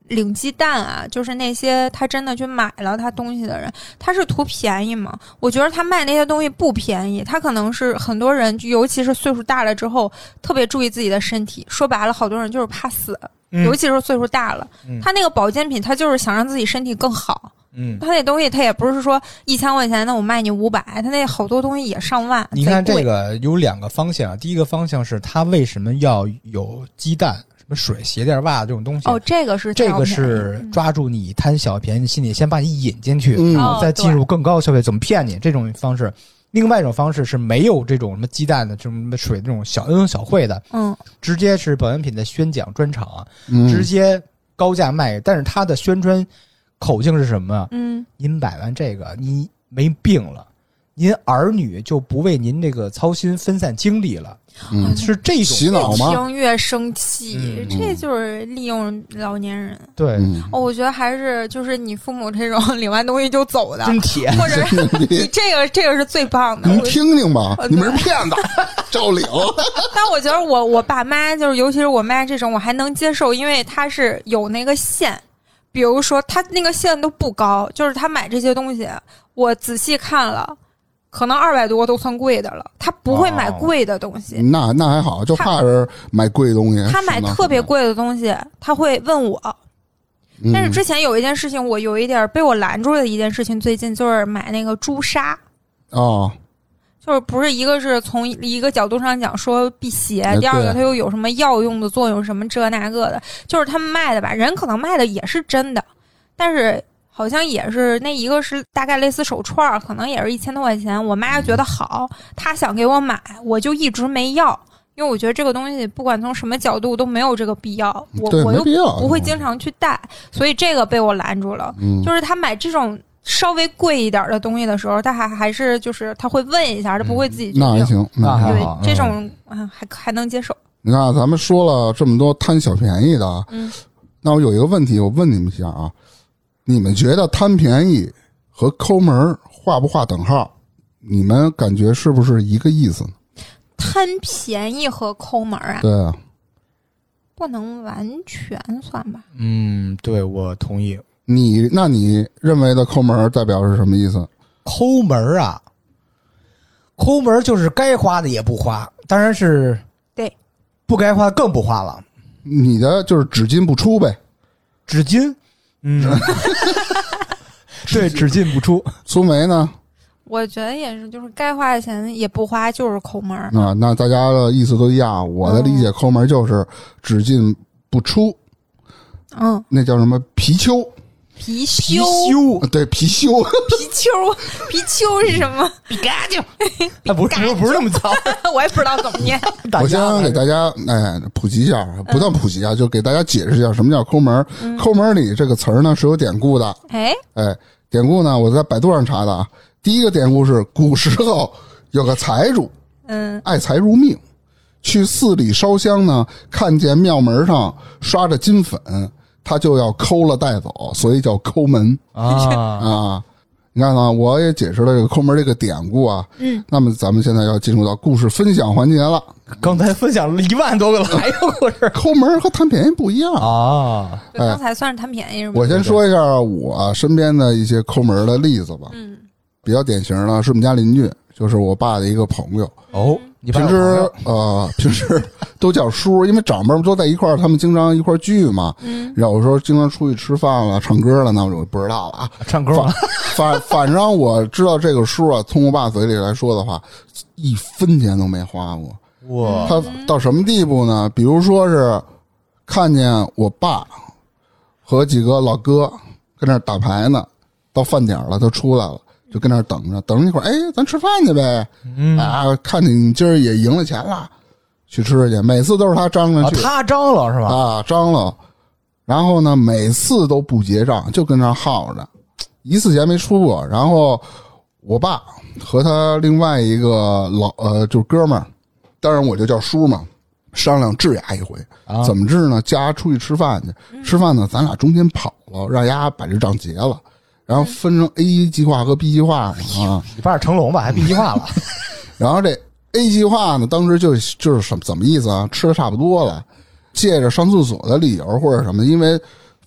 领鸡蛋啊，就是那些他真的去买了他东西的人，他是图便宜吗？我觉得他卖那些东西不便宜，他可能是很多人，尤其是岁数大了之后，特别注意自己的身体。说白了，好多人就是怕死，嗯、尤其是岁数大了、嗯。他那个保健品，他就是想让自己身体更好。嗯，他那东西他也不是说一千块钱，那我卖你五百，他那好多东西也上万。 你看这个有两个方向，第一个方向是他为什么要有鸡蛋？什么水、鞋垫、袜这种东西？ 哦，这个是这个是抓住你贪小便宜心理，先把你引进去， 嗯、 然后再进入更高的消费，怎么骗你？这种方式。另外一种方式是没有这种什么鸡蛋的，这种什么水这种小恩小惠的，嗯，直接是保健品的宣讲专场啊，嗯、直接高价卖。但是它的宣传口径是什么？嗯，您买完这个，您没病了。您儿女就不为您这个操心分散精力了，嗯，是这种洗脑吗？ 越听越生气、嗯，这就是利用老年人。 对、 嗯， 哦，我觉得还是就是你父母这种领完东西就走的， 真铁， 或者你这个这个是最棒的。 您听听吧，你们是骗子，照领。 但我觉得我我爸妈就是，尤其是我妈这种，我还能接受，因为他是有那个线。比如说他那个线都不高，就是他买这些东西，我仔细看了。可能二百多都算贵的了，他不会买贵的东西。 哦、那那还好，就怕是买贵的东西。 他买特别贵的东西，他会问我。嗯、但是之前有一件事情，我有一点被我拦住的一件事情，最近就是买那个朱砂。 哦。 就是不是一个是从一个角度上讲说辟邪，第二个它又有什么药用的作用，什么这那个的，就是他们卖的吧，人可能卖的也是真的，但是。好像也是那一个是大概类似手串，可能也是一千多块钱。我妈觉得好，她想给我买，我就一直没要，因为我觉得这个东西不管从什么角度都没有这个必要，我我又不会经常去带，所以这个被我拦住了。嗯、就是她买这种稍微贵一点的东西的时候，她还还是就是她会问一下，她不会自己决定。 那还行，那还好。对，这种嗯还还能接受。 你看，咱们说了这么多贪小便宜的，嗯，那我有一个问题，我问你们一下啊。你们觉得贪便宜和抠门画不画等号？你们感觉是不是一个意思呢？ 贪便宜和抠门啊？ 对啊， 不能完全算吧？ 嗯，对，我同意。 你那你认为的抠门代表是什么意思？ 抠门啊，抠门就是该花的也不花，当然是对， 不该花更不花了。 你的就是只进不出呗？ 只进。嗯，对，只进不出。 苏梅呢？ 我觉得也是，就是该花的钱也不花，就是抠门。 啊，那大家的意思都一样。我的理解，抠门就是只进不出。 嗯， 那叫什么貔貅？ 貔貅？ 貔貅？ 对，貔貅。 貔貅？貔貅是什么？比嘎啾？ 那不是不是那么糟， 我也不知道怎么念。 我先给大家哎普及一下，不但普及啊，就给大家解释一下什么叫抠门。嗯、抠门里这个词儿呢是有典故的。 哎哎，典故呢我在百度上查的啊。第一个典故是古时候有个财主，嗯，爱财如命，去寺里烧香呢，看见庙门上刷着金粉。他就要抠了带走，所以叫抠门啊啊！你看啊，我也解释了这个抠门这个典故啊。嗯，那么咱们现在要进入到故事分享环节了。 刚才分享了一万多个了，还有故事。 抠门和贪便宜不一样啊！ 对，刚才算是贪便宜是吗？ 我先说一下我身边的一些抠门的例子吧。嗯，比较典型的是我们家邻居，就是我爸的一个朋友。 哦。你平时呃，平时都叫叔，因为长辈们都在一块儿，他们经常一块儿聚嘛。嗯，有时候经常出去吃饭了、唱歌了，那我就不知道了啊。 唱歌反反反正我知道这个叔啊，从我爸嘴里来说的话，一分钱都没花过。 哇！ 他到什么地步呢？比如说是看见我爸和几个老哥跟那儿打牌呢，到饭点了，他出来了。就跟那儿等着，等着一会儿，哎，咱吃饭去呗。嗯啊，看见你今儿也赢了钱了，去吃去。每次都是他张罗去、 啊，他张罗是吧？ 啊，张罗。然后呢，每次都不结账，就跟那儿耗着，一次钱没出过。然后我爸和他另外一个老呃，就是哥们儿，当然我就叫叔嘛，商量治牙一回。啊、怎么治呢？家出去吃饭去，嗯、吃饭呢，咱俩中间跑了，让丫把这账结了。然后分成 A 计划和 B 计划啊， 你爸是成龙吧？还 B 计划了。 然后这 A 计划呢，当时就就是什么怎么意思啊？吃的差不多了，借着上厕所的理由或者什么，因为发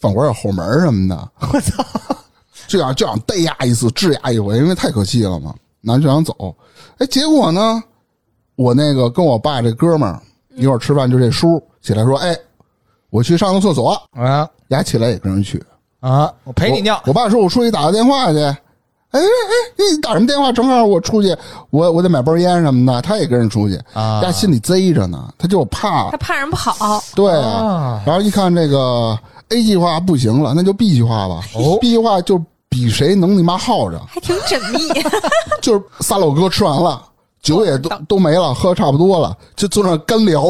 饭馆有后门什么的。 我操！ 就想就想逮压一次，治压一回，因为太可气了嘛。然后就想走，哎，结果呢，我那个跟我爸这哥们儿一块儿吃饭，就这叔起来说：“哎，我去上个厕所啊。” 丫起来也跟人去啊，我陪你尿。 我, 我爸说：“我出去打个电话去。”哎哎，你打什么电话？正好我出去，我我得买包烟什么的，他也跟人出去啊。丫心里贼着呢，他就怕， 他怕人跑。 对啊，然后一看这个 A 计划不行了，那就 B 计划吧。 哦 ，B 计划就比谁能你妈耗着， 还挺缜密。 就是仨老哥吃完了，酒也都都没了，喝差不多了，就坐那干聊。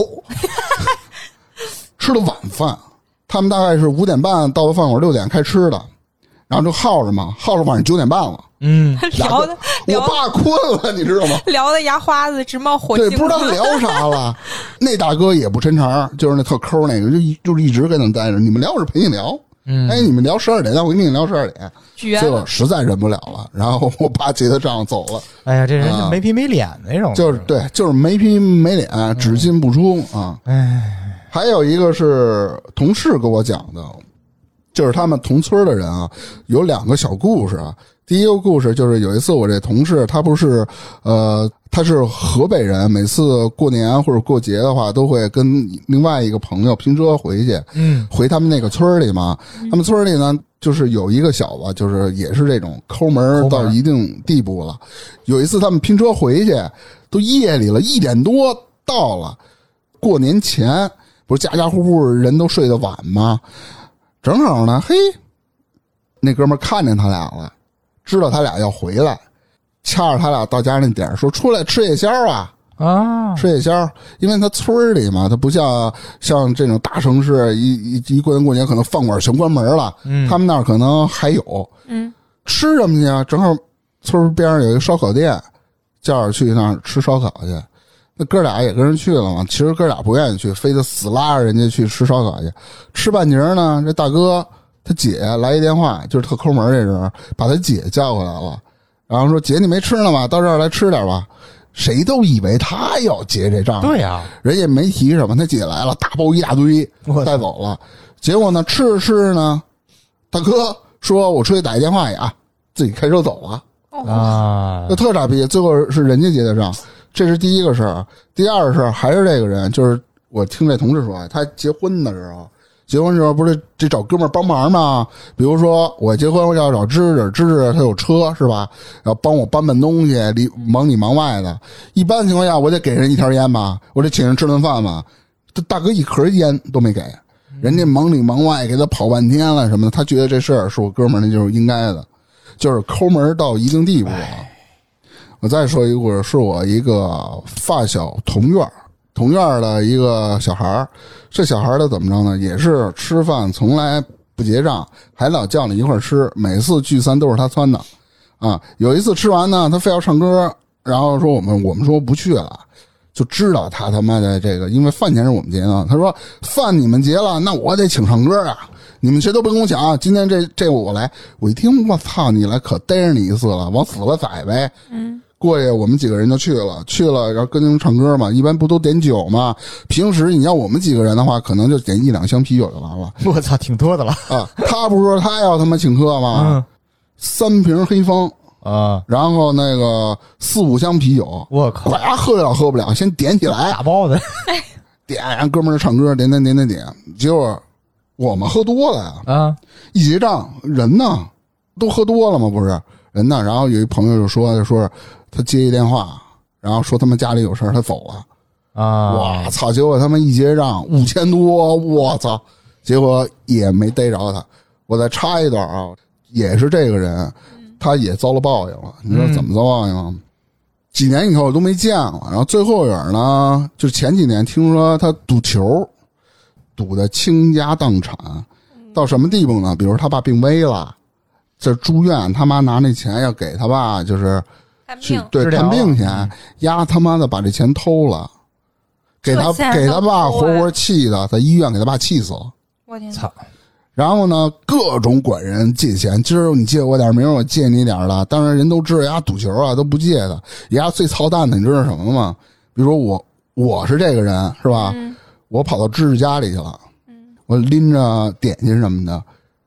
吃了晚饭，他们大概是五点半到的饭馆，六点开吃的，然后就耗着嘛，耗着晚上九点半了。 嗯， 聊的我爸困了，你知道吗？ 聊的牙花子直冒火星。 对， 不知道聊啥了。那大哥也不抻茬，就是那特抠那个，就一就是一直跟那待着。你们聊是陪你聊， 嗯， 哎，你们聊十二点，那我跟你聊十二点， 绝了。 最后实在忍不了了，然后我爸结的账走了。 哎呀，这人就没皮没脸那种、 啊，就是对，就是没皮没脸，只进不出、嗯、啊。 哎， 还有一个是同事跟我讲的，就是他们同村的人啊，有两个小故事啊。第一个故事就是有一次我这同事他不是呃他是河北人，每次过年或者过节的话都会跟另外一个朋友拼车回去， 嗯， 回他们那个村里嘛。他们村里呢就是有一个小子，就是也是这种抠门到一定地步了。有一次他们拼车回去，都夜里了，一点多到了，过年前不是家家户户人都睡得晚吗？正好呢，嘿，那哥们看见他俩了。知道他俩要回来，掐着他俩到家那点儿说出来吃夜宵啊啊， 吃夜宵，因为他村里嘛，他不像像这种大城市，一一一过年过节可能饭馆全关门了， 嗯， 他们那儿可能还有， 嗯， 吃什么去啊？正好村边上有一个烧烤店，叫着去那儿吃烧烤去。那哥俩也跟人去了嘛，其实哥俩不愿意去，非得死拉着人家去吃烧烤去。吃半截呢，这大哥。他姐来一电话，就是特抠门这人，把他姐叫过来了，然后说：“姐，你没吃呢吗？到这儿来吃点吧。”谁都以为他要结这账， 对呀、啊， 人也没提什么。他姐来了，大包一大堆带走了。结果呢，吃着吃着呢，大哥说：“我出去打一电话呀，自己开车走了。” 啊， 那特傻逼。最后是人家结的账，这是第一个事儿。第二个事儿还是这个人，就是我听这同事说，他结婚的时候。结婚时候不是得找哥们儿帮忙吗？比如说我结婚我要找芝芝，芝芝他有车是吧？要帮我搬搬东西，里忙里忙外的。一般情况下我得给人一条烟吧，我得请人吃顿饭嘛。这大哥一盒烟都没给，人家忙里忙外给他跑半天了什么的，他觉得这事儿是我哥们儿，那就是应该的，就是抠门到一定地步啊。我再说一个故事，是我一个发小同院同院的一个小孩，这小孩的怎么着呢？也是吃饭从来不结账，还老叫你一块儿吃，每次聚餐都是他撺的啊。有一次吃完呢，他非要唱歌，然后说我们我们说不去了，就知道他他妈的这个，因为饭钱是我们结的，他说饭你们结了，那我得请唱歌啊，你们谁都别跟我抢，今天这这我来。我一听，我操，你来可逮着你一次了，往死了宰呗。 嗯。 过去我们几个人就去了，去了然后跟人唱歌嘛，一般不都点酒嘛？平时你要我们几个人的话，可能就点一两箱啤酒就完了。 我操，挺多的了啊！他不是说他要他妈请客吗？ 嗯， 三瓶黑风啊， 然后那个四五箱啤酒， 我靠， 管他喝得了喝不了，先点起来， 大包子， 点，然后哥们儿唱歌，点点点点点，结果我们喝多了呀， 啊，一结账人呢，都喝多了吗？不是人呢，然后有一朋友就说就说。他接一电话，然后说他们家里有事他走了啊！ 我操！结果他们一结账五千多，我操！结果也没逮着他。我再插一段啊，也是这个人，他也遭了报应了。你说怎么遭报应了？嗯、几年以后都没见了。然后最后影呢，就前几年听说他赌球，赌的倾家荡产，到什么地步呢？比如他爸病危了，这住院，他妈拿那钱要给他爸，就是。去对看病钱，丫他妈的把这钱偷了，给他给他爸活活气的，在医院给他爸气死了。 我天！ 操！ 然后呢，各种管人借钱，今儿你借我点，明儿我借你点的。当然人都知道，丫赌球啊都不借的。丫最操蛋的，你知道什么吗？比如说我我是这个人是吧？ 嗯、 我跑到芝芝家里去了， 嗯、 我拎着点心什么的，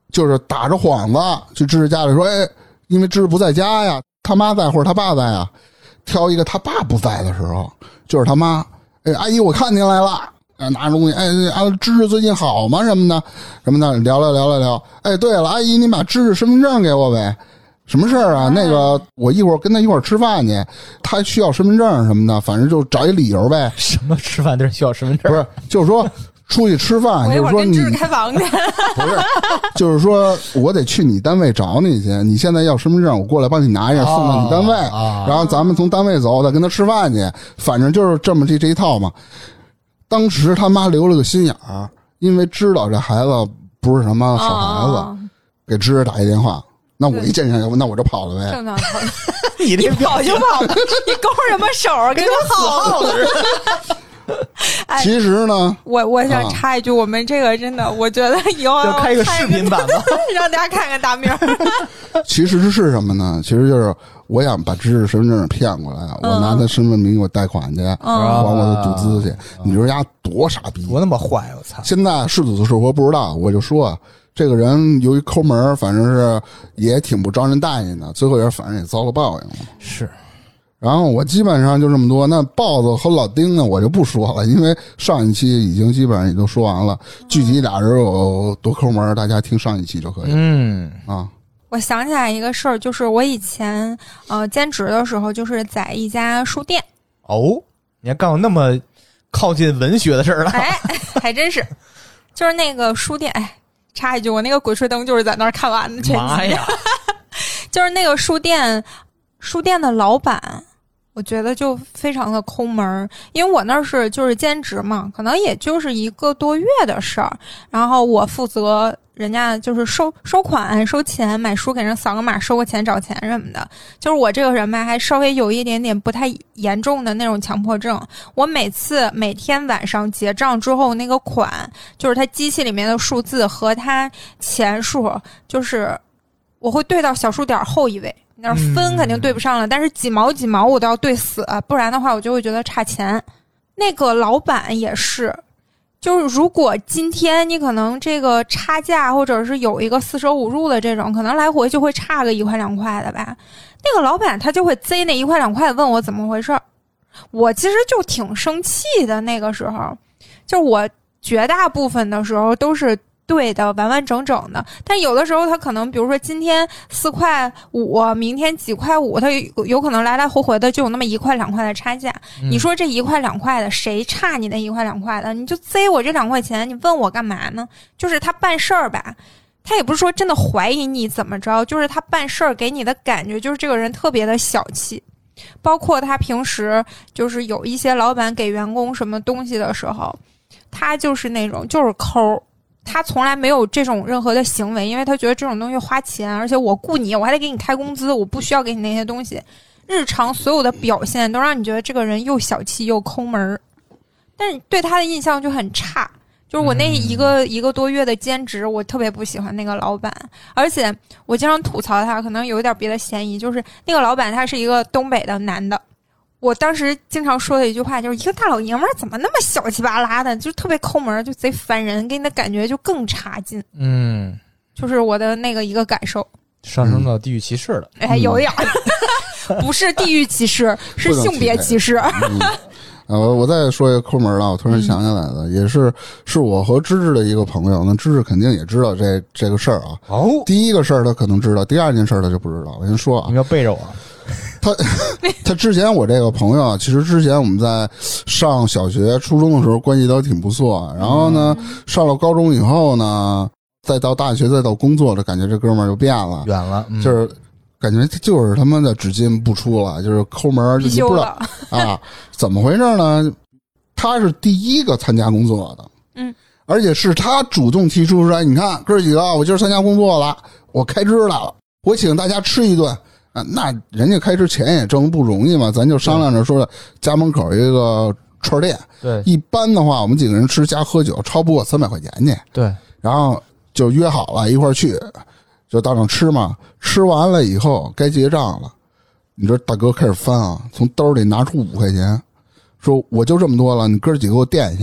就是打着幌子去芝芝家里说，哎，因为芝芝不在家呀，他妈在或者他爸在呀，挑一个他爸不在的时候，就是他妈，哎，阿姨我看您来了，拿着东西，哎，啊，芝芝最近好吗？什么的，什么的，聊聊聊聊聊。哎，对了，阿姨，您把芝芝身份证给我呗。什么事儿啊？那个，我一会儿跟他一块儿吃饭去，他需要身份证什么的，反正就找一理由呗。 什么吃饭地儿需要身份证？ 不是，就是说出去吃饭，就是说你开房去， 不是，就是说我得去你单位找你去。你现在要身份证，我过来帮你拿一下，送到你单位， 哦、 然后咱们从单位走，再跟他吃饭去。反正就是这么这这一套嘛。当时他妈留了个心眼儿，因为知道这孩子不是什么好孩子，哦、给芝芝打一电话。那我一见上，那我就跑了呗。 正常跑， 你这跑就跑，你勾什么手？跟个死耗子似的。 哎、其实呢， 我我想插一句，啊、我们这个真的，我觉得以后要开一个视频版吧， 让大家看看大名。 其实是什么呢？其实就是我想把芝芝身份证骗过来，嗯、我拿他身份名给我贷款去，嗯、往我的赌资去。嗯、你说人家多傻逼， 多那么坏！我操！ 现在是死是活不知道，我就说。这个人由于抠门，反正是也挺不招人待见的，最后也反正也遭了报应了。 是， 然后我基本上就这么多。那豹子和老丁呢，我就不说了，因为上一期已经基本上也都说完了。具体俩人有多抠门，大家听上一期就可以。 嗯啊， 我想起来一个事儿，就是我以前呃兼职的时候，就是在一家书店。 哦，你还干过那么靠近文学的事儿了？ 哎，还真是，就是那个书店，哎。插一句，我那个《鬼吹灯》就是在那儿看完的。 妈呀！ 就是那个书店，书店的老板，我觉得就非常的抠门，因为我那是就是兼职嘛，可能也就是一个多月的事儿，然后我负责人家就是收收款、收钱、买书给人扫个码、收个钱、找钱什么的。就是我这个人吧，还稍微有一点点不太严重的那种强迫症。我每次每天晚上结账之后，那个款就是它机器里面的数字和它钱数，就是我会对到小数点后一位。那分肯定对不上了，但是几毛几毛我都要对死，不然的话我就会觉得差钱。那个老板也是。就是如果今天你可能这个差价或者是有一个四舍五入的这种，可能来回就会差个一块两块的吧，那个老板他就会贼那一块两块问我怎么回事。我其实就挺生气的，那个时候就我绝大部分的时候都是对的完完整整的，但有的时候他可能比如说今天四块五，明天几块五，他有有可能来来回回的就有那么一块两块的差价、嗯、你说这一块两块的谁差你那一块两块的，你就贼我这两块钱，你问我干嘛呢？就是他办事儿吧，他也不是说真的怀疑你怎么着，就是他办事儿给你的感觉就是这个人特别的小气。包括他平时就是有一些老板给员工什么东西的时候，他就是那种就是抠，他从来没有这种任何的行为，因为他觉得这种东西花钱，而且我雇你我还得给你开工资，我不需要给你那些东西。日常所有的表现都让你觉得这个人又小气又抠门，但是对他的印象就很差。就是我那一个、嗯、一个多月的兼职，我特别不喜欢那个老板，而且我经常吐槽他，可能有一点别的嫌疑，就是那个老板他是一个东北的男的，我当时经常说的一句话就是一个大老爷们儿怎么那么小气巴拉的，就特别抠门，就贼烦人，给你的感觉就更差劲。 嗯， 就是我的那个一个感受。 上升到地域歧视了。 哎，有点不是地域歧视，是性别歧视。 呃，我再说一个抠门了，我突然想起来了，嗯、也是是我和芝芝的一个朋友，那芝芝肯定也知道这这个事儿啊。 哦， 第一个事儿他可能知道，第二件事儿他就不知道。我先说啊， 你要背着我。 他他之前我这个朋友，其实之前我们在上小学、初中的时候关系都挺不错，然后呢，嗯、上了高中以后呢，再到大学，再到工作了，感觉这哥们儿就变了， 远了，嗯、 就是。感觉就是他妈的只进不出了，就是抠门，就不知道啊怎么回事呢？他是第一个参加工作的， 嗯， 而且是他主动提出说：“你看哥几个，我今儿参加工作了，我开支来了，我请大家吃一顿啊。”那人家开支钱也挣不容易嘛，咱就商量着说家门口一个串店， 对， 一般的话我们几个人吃加喝酒超不过三百块钱去， 对， 然后就约好了一块儿去。就到那吃嘛，吃完了以后该结账了，你这大哥开始翻啊，从兜里拿出五块钱，说我就这么多了，你哥几个给我垫一下。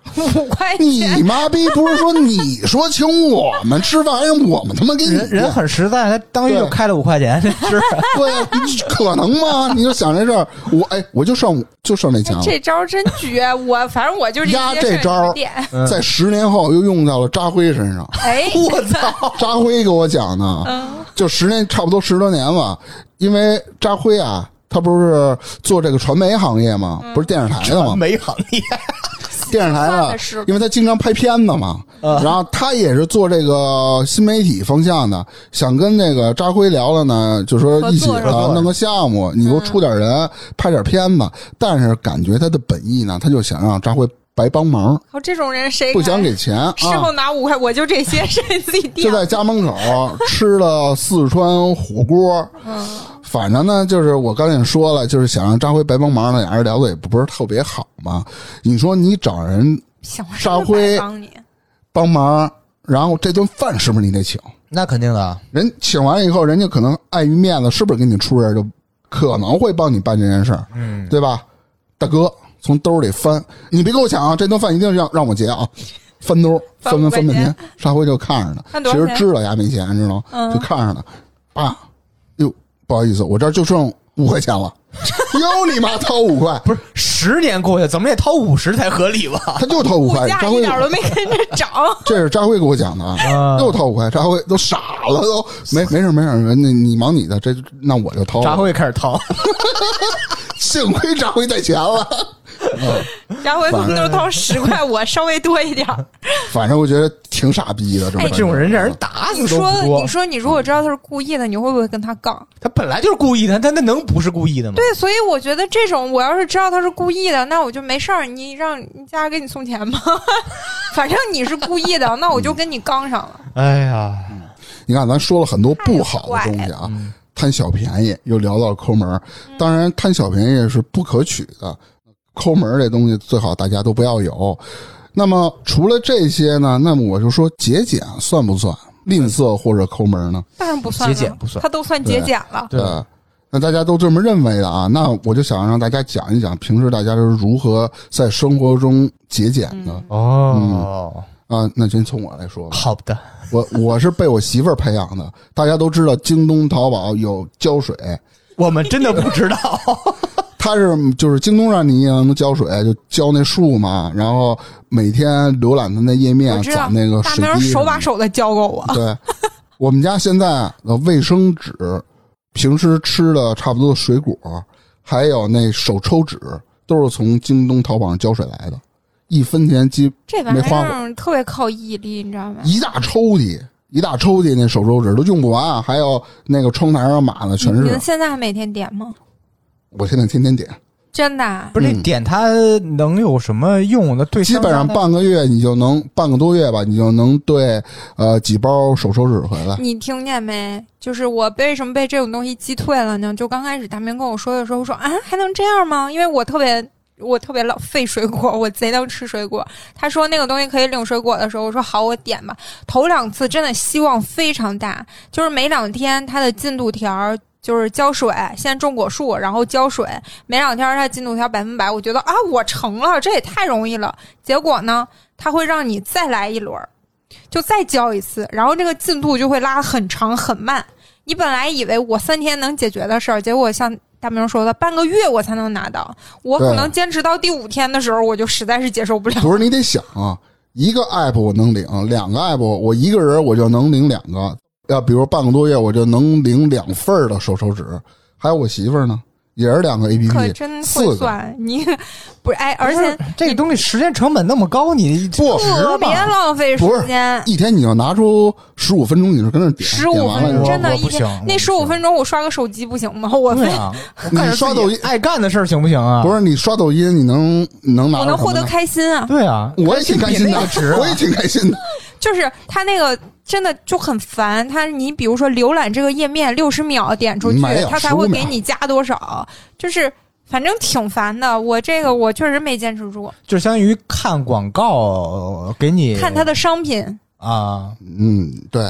五块钱， 你妈逼不是说你说请我们吃饭，还是我们他妈给你人人很实在，他当月就开了五块钱吃。 对，可能吗？你就想这事儿，我哎，我就剩就剩那钱了。 这招真绝！我反正我就是压这招，在十年后又用到了扎辉身上。 哎， 我操！ 扎辉给我讲的， 嗯， 就十年，差不多十多年吧。因为扎辉啊，他不是做这个传媒行业吗？ 嗯、 不是电视台的吗？ 传媒行业。 电视台的，因为他经常拍片子嘛， 嗯、 然后他也是做这个新媒体方向的，想跟那个扎辉聊了呢，就说一起啊弄个项目，你给我出点人、嗯、拍点片子，但是感觉他的本意呢，他就想让扎辉白帮忙。 哦，这种人谁不想给钱？ 事后拿五块，我就这些，是你自己垫。 就在家门口吃了四川火锅， 嗯。 反正呢，就是我刚才也说了，就是想让扎辉白帮忙的，俩人聊的也不是特别好嘛。你说你找人扎辉帮忙，然后这顿饭是不是你得请？ 那肯定的。 人请完了以后，人家可能碍于面子，是不是给你出人就可能会帮你办这件事儿， 嗯， 对吧？大哥从兜里翻，你别给我抢啊！这顿饭一定让让我结啊！翻兜翻翻翻半天，扎辉就看着呢，其实知道丫没钱，知道吗？ 嗯、 就看着呢，啊，哟。不好意思，我这儿就剩五块钱了。哟你妈，掏五块！ 不是十年过去，怎么也掏五十才合理吧？ 他就掏五块， 扎辉一点都没跟着涨。 这是扎辉给我讲的啊，又掏五块，扎辉都傻了，都没没事没事，那你忙你的，这那我就掏。 扎辉开始掏， 幸亏扎辉带钱了。 扎辉都掏十块，我稍微多一点。 反正我觉得挺傻逼的，这哎，这种人让人打死都不多。 你说，你说，你如果知道他是故意的，你会不会跟他杠？ 他本来就是故意的，他那能不是故意的吗？ 对，所以我觉得这种，我要是知道他是故意的，那我就没事儿，你让你家给你送钱吧。反正你是故意的，那我就跟你杠上了。 哎呀， 你看，咱说了很多不好的东西啊。贪小便宜又聊到了抠门，当然贪小便宜是不可取的，抠门这东西最好大家都不要有。那么除了这些呢，那么我就说节俭算不算吝啬或者抠门呢？ 当然不算了， 节俭不算， 它都算节俭了。 对，对，那大家都这么认为的啊，那我就想让大家讲一讲平时大家是如何在生活中节俭的。 嗯、哦、 嗯，啊，那先从我来说吧。 好的。 我我是被我媳妇儿培养的，大家都知道京东淘宝有胶水， 我们真的不知道。 他是就是京东让你也能浇水，就浇那树嘛，然后每天浏览的那页面攒那个水滴。 大明手把手的教过我。 对，我们家现在的卫生纸，平时吃的差不多的水果，还有那手抽纸，都是从京东淘宝上浇水来的。一分钱几没花过， 特别靠毅力，你知道吗？ 一大抽屉，一大抽屉那手抽纸都用不完，还有那个窗台上码的全是。 你们现在还每天点吗？ 我现在天天点。 真的、啊？ 不是你点它能有什么用的？对， 基本上半个月你就能，半个多月吧，你就能兑呃几包手抽纸回来。 你听见没？就是我为什么被这种东西击退了呢？就刚开始大明跟我说的时候，我说啊还能这样吗？因为我特别。我特别老废水果，我贼能吃水果。他说那个东西可以领水果的时候，我说好，我点吧。头两次真的希望非常大，就是每两天它的进度条就是浇水，先种果树，然后浇水，每两天它进度条百分百。我觉得啊，我成了，这也太容易了。结果呢，它会让你再来一轮，就再浇一次，然后这个进度就会拉很长很慢。你本来以为我三天能解决的事儿，结果像大明说的半个月我才能拿到，我可能坚持到第五天的时候，我就实在是接受不了。 不是你得想啊，一个 app 我能领，两个 app 我一个人我就能领两个，要比如半个多月我就能领两份的手抽纸，还有我媳妇儿呢。也是两个 A P P， 可真会算你不是哎，而且这个东西时间成本那么高，你不特别浪费时间。 一天你要拿出十五分钟，你是跟那点十五分钟，真的， 一天那十五分钟我刷个手机不行吗？我对啊， 你刷抖音爱干的事儿行不行啊？ 不是你刷抖音，你能能拿？ 我能获得开心啊！ 对啊， 我也挺开心的，我也挺开心的。 就是他那个真的就很烦，他你比如说浏览这个页面六十秒点出去，他才会给你加多少，就是反正挺烦的。我这个我确实没坚持住， 就相当于看广告给你看他的商品啊， 嗯，对，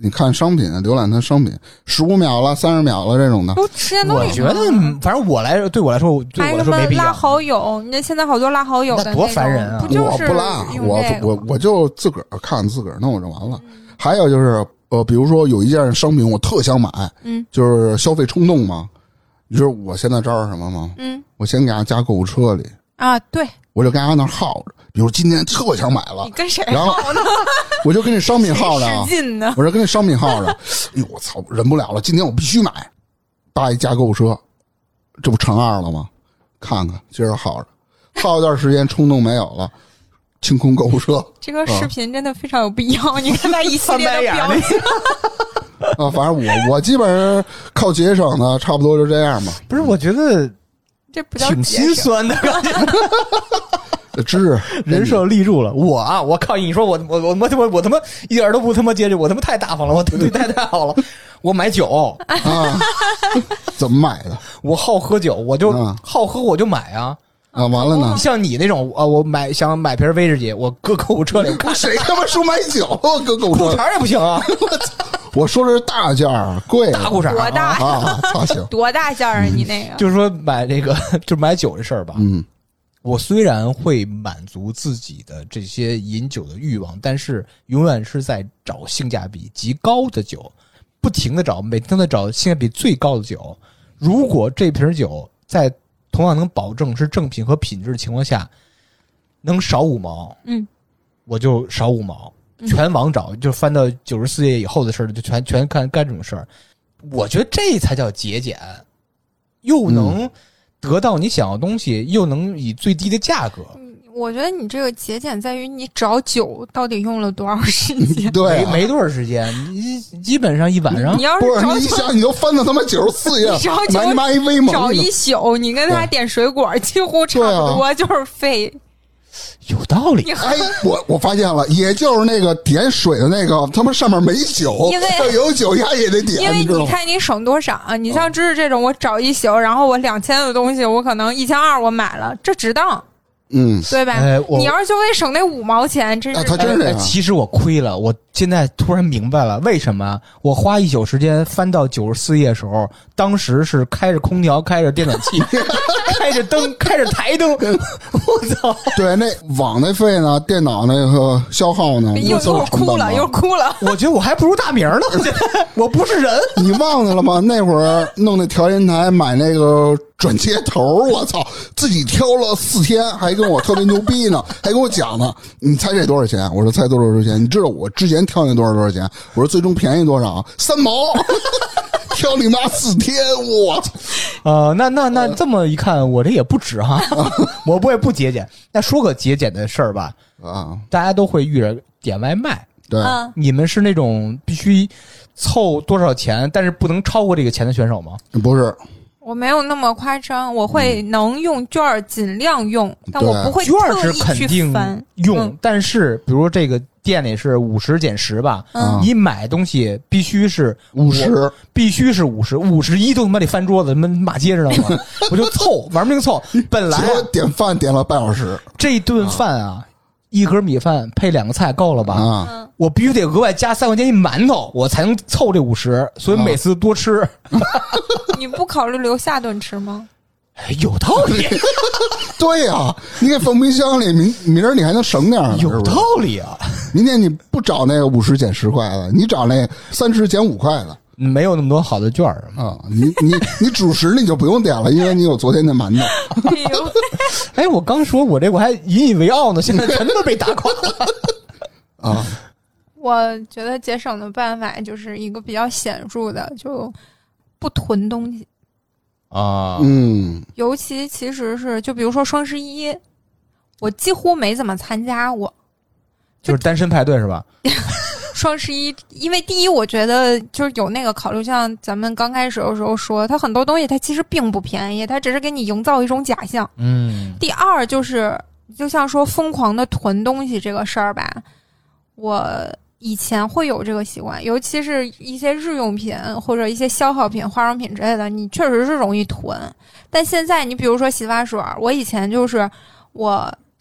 你看商品，浏览它商品，十五秒了、三十秒了这种的， 都时间都我觉得，反正我来对我来说，对我来说没必要。 拉好友，你看现在好多拉好友的那多烦人啊！ 不就是我不拉，我我我就自个儿看自个儿弄就完了。嗯、还有就是呃，比如说有一件商品我特想买， 嗯，就是消费冲动嘛。你知道我现在招是什么吗？ 嗯， 我先给他加购物车里啊，对， 我就跟他那耗着。比如今天特想买了， 你跟谁耗呢？我就跟这商品耗着， 使劲呢。 我就跟这商品耗着。哎呦，我操，忍不了了！今天我必须买，叭一加购物车，这不乘二了吗？看看，接着耗着，耗一段时间冲动没有了，清空购物车。 这个视频真的非常有必要，嗯、你看他一系列的表情。 啊，反正我我基本上靠节省的，差不多就这样吧。 不是，我觉得这不叫挺心酸的感觉。 知人设立住了，我啊，我靠！你说我我我我他妈我他妈一点都不他妈节制，我他妈太大方了，我对太太好了。我买酒啊，怎么买的？ 我好喝酒，我就、嗯、好喝我就买啊啊！完了呢？ 像你那种啊，我买想买瓶威士忌，我搁购物车里。 谁他妈说买酒搁购物车？ 裤衩也不行啊！ 我说的是大件儿，贵大裤衩多大啊？啊行， 多大件儿啊？你那个就是说买这个，就买酒这事儿吧。 嗯。 我虽然会满足自己的这些饮酒的欲望，但是永远是在找性价比极高的酒，不停的找，每天都在找性价比最高的酒。如果这瓶酒在同样能保证是正品和品质的情况下，能少五毛， 嗯， 我就少五毛，全网找，就翻到九十四页以后的事儿，就全全干干这种事儿。我觉得这才叫节俭，又能、嗯。得到你想要的东西，又能以最低的价格。 我觉得你这个节俭在于你找酒到底用了多少时间？ 对、 啊，没多少时间，你基本上一晚上。 你要是不是你想，你都翻到他妈九十四页，买你妈一威猛， 找一宿，你跟他点水果，几乎差不多就是费。 有道理。 哎，我我发现了，也就是那个点水的那个，他妈上面没酒， 因为要有酒呀也得点。 因为你看你省多少啊？你像芝芝这种，我找一宿，然后我两千的东西，我可能一千二我买了，这值当。 嗯， 对吧？ 哎、 你要是就为省那五毛钱，真是、 啊、他真是、 哎。其实我亏了，我现在突然明白了为什么我花一宿时间翻到九十四页的时候，当时是开着空调、开着电暖气、开着灯、开着台灯。我操！ 对，那网那费呢？电脑那个消耗呢？ 又又哭了，又哭了。 我觉得我还不如大明呢，我不是人。 你忘记了吗？那会儿弄那调音台，买那个转接头，我操，自己挑了四天，还跟我特别牛逼呢，还跟我讲呢。你猜这多少钱？我说猜多少多少钱？你知道我之前挑那多少多少钱？我说最终便宜多少？三毛。挑你妈四天，我操！ 呃，那那那这么一看，我这也不止哈，我不会不节俭。那说个节俭的事儿吧， 啊， 大家都会遇着点外卖， 对， 嗯、 你们是那种必须凑多少钱，但是不能超过这个钱的选手吗？ 不是。 我没有那么夸张，我会能用券儿尽量用，嗯、但我不会券儿是肯定用， 嗯、 但是比如说这个店里是五十减十吧， 嗯、 你买东西必须是五十， 必须是五十，五十一都他妈得翻桌子，他妈骂街知道吗？我就凑，玩命凑。本来我点饭点了半小时， 这顿饭啊。一盒米饭配两个菜够了吧？ 啊、 我必须得额外加三块钱一馒头，我才能凑这五十。所以每次多吃。啊、 你不考虑留下顿吃吗？ 有道理。 对呀、啊，你给放冰箱里，明明儿你还能省点呢。 有道理啊！ 明天你不找那个五十减十块的，你找那三十减五块的。 没有那么多好的券儿啊！你你你主食你就不用点了，因为你有昨天的馒头。 哎呦， 哎，我刚说我这我还引以为傲呢，现在全都被打垮了。 啊！ 我觉得节省的办法就是一个比较显著的，就不囤东西啊。 嗯， 尤其其实是就比如说双十一，我几乎没怎么参加过， 就, 就是单身派对是吧？ 双十一，因为第一，我觉得就是有那个考虑，像咱们刚开始的时候说，它很多东西它其实并不便宜，它只是给你营造一种假象。 嗯。 第二就是，就像说疯狂的囤东西这个事儿吧，我以前会有这个习惯，尤其是一些日用品或者一些消耗品、化妆品之类的，你确实是容易囤。但现在你比如说洗发水，我以前就是我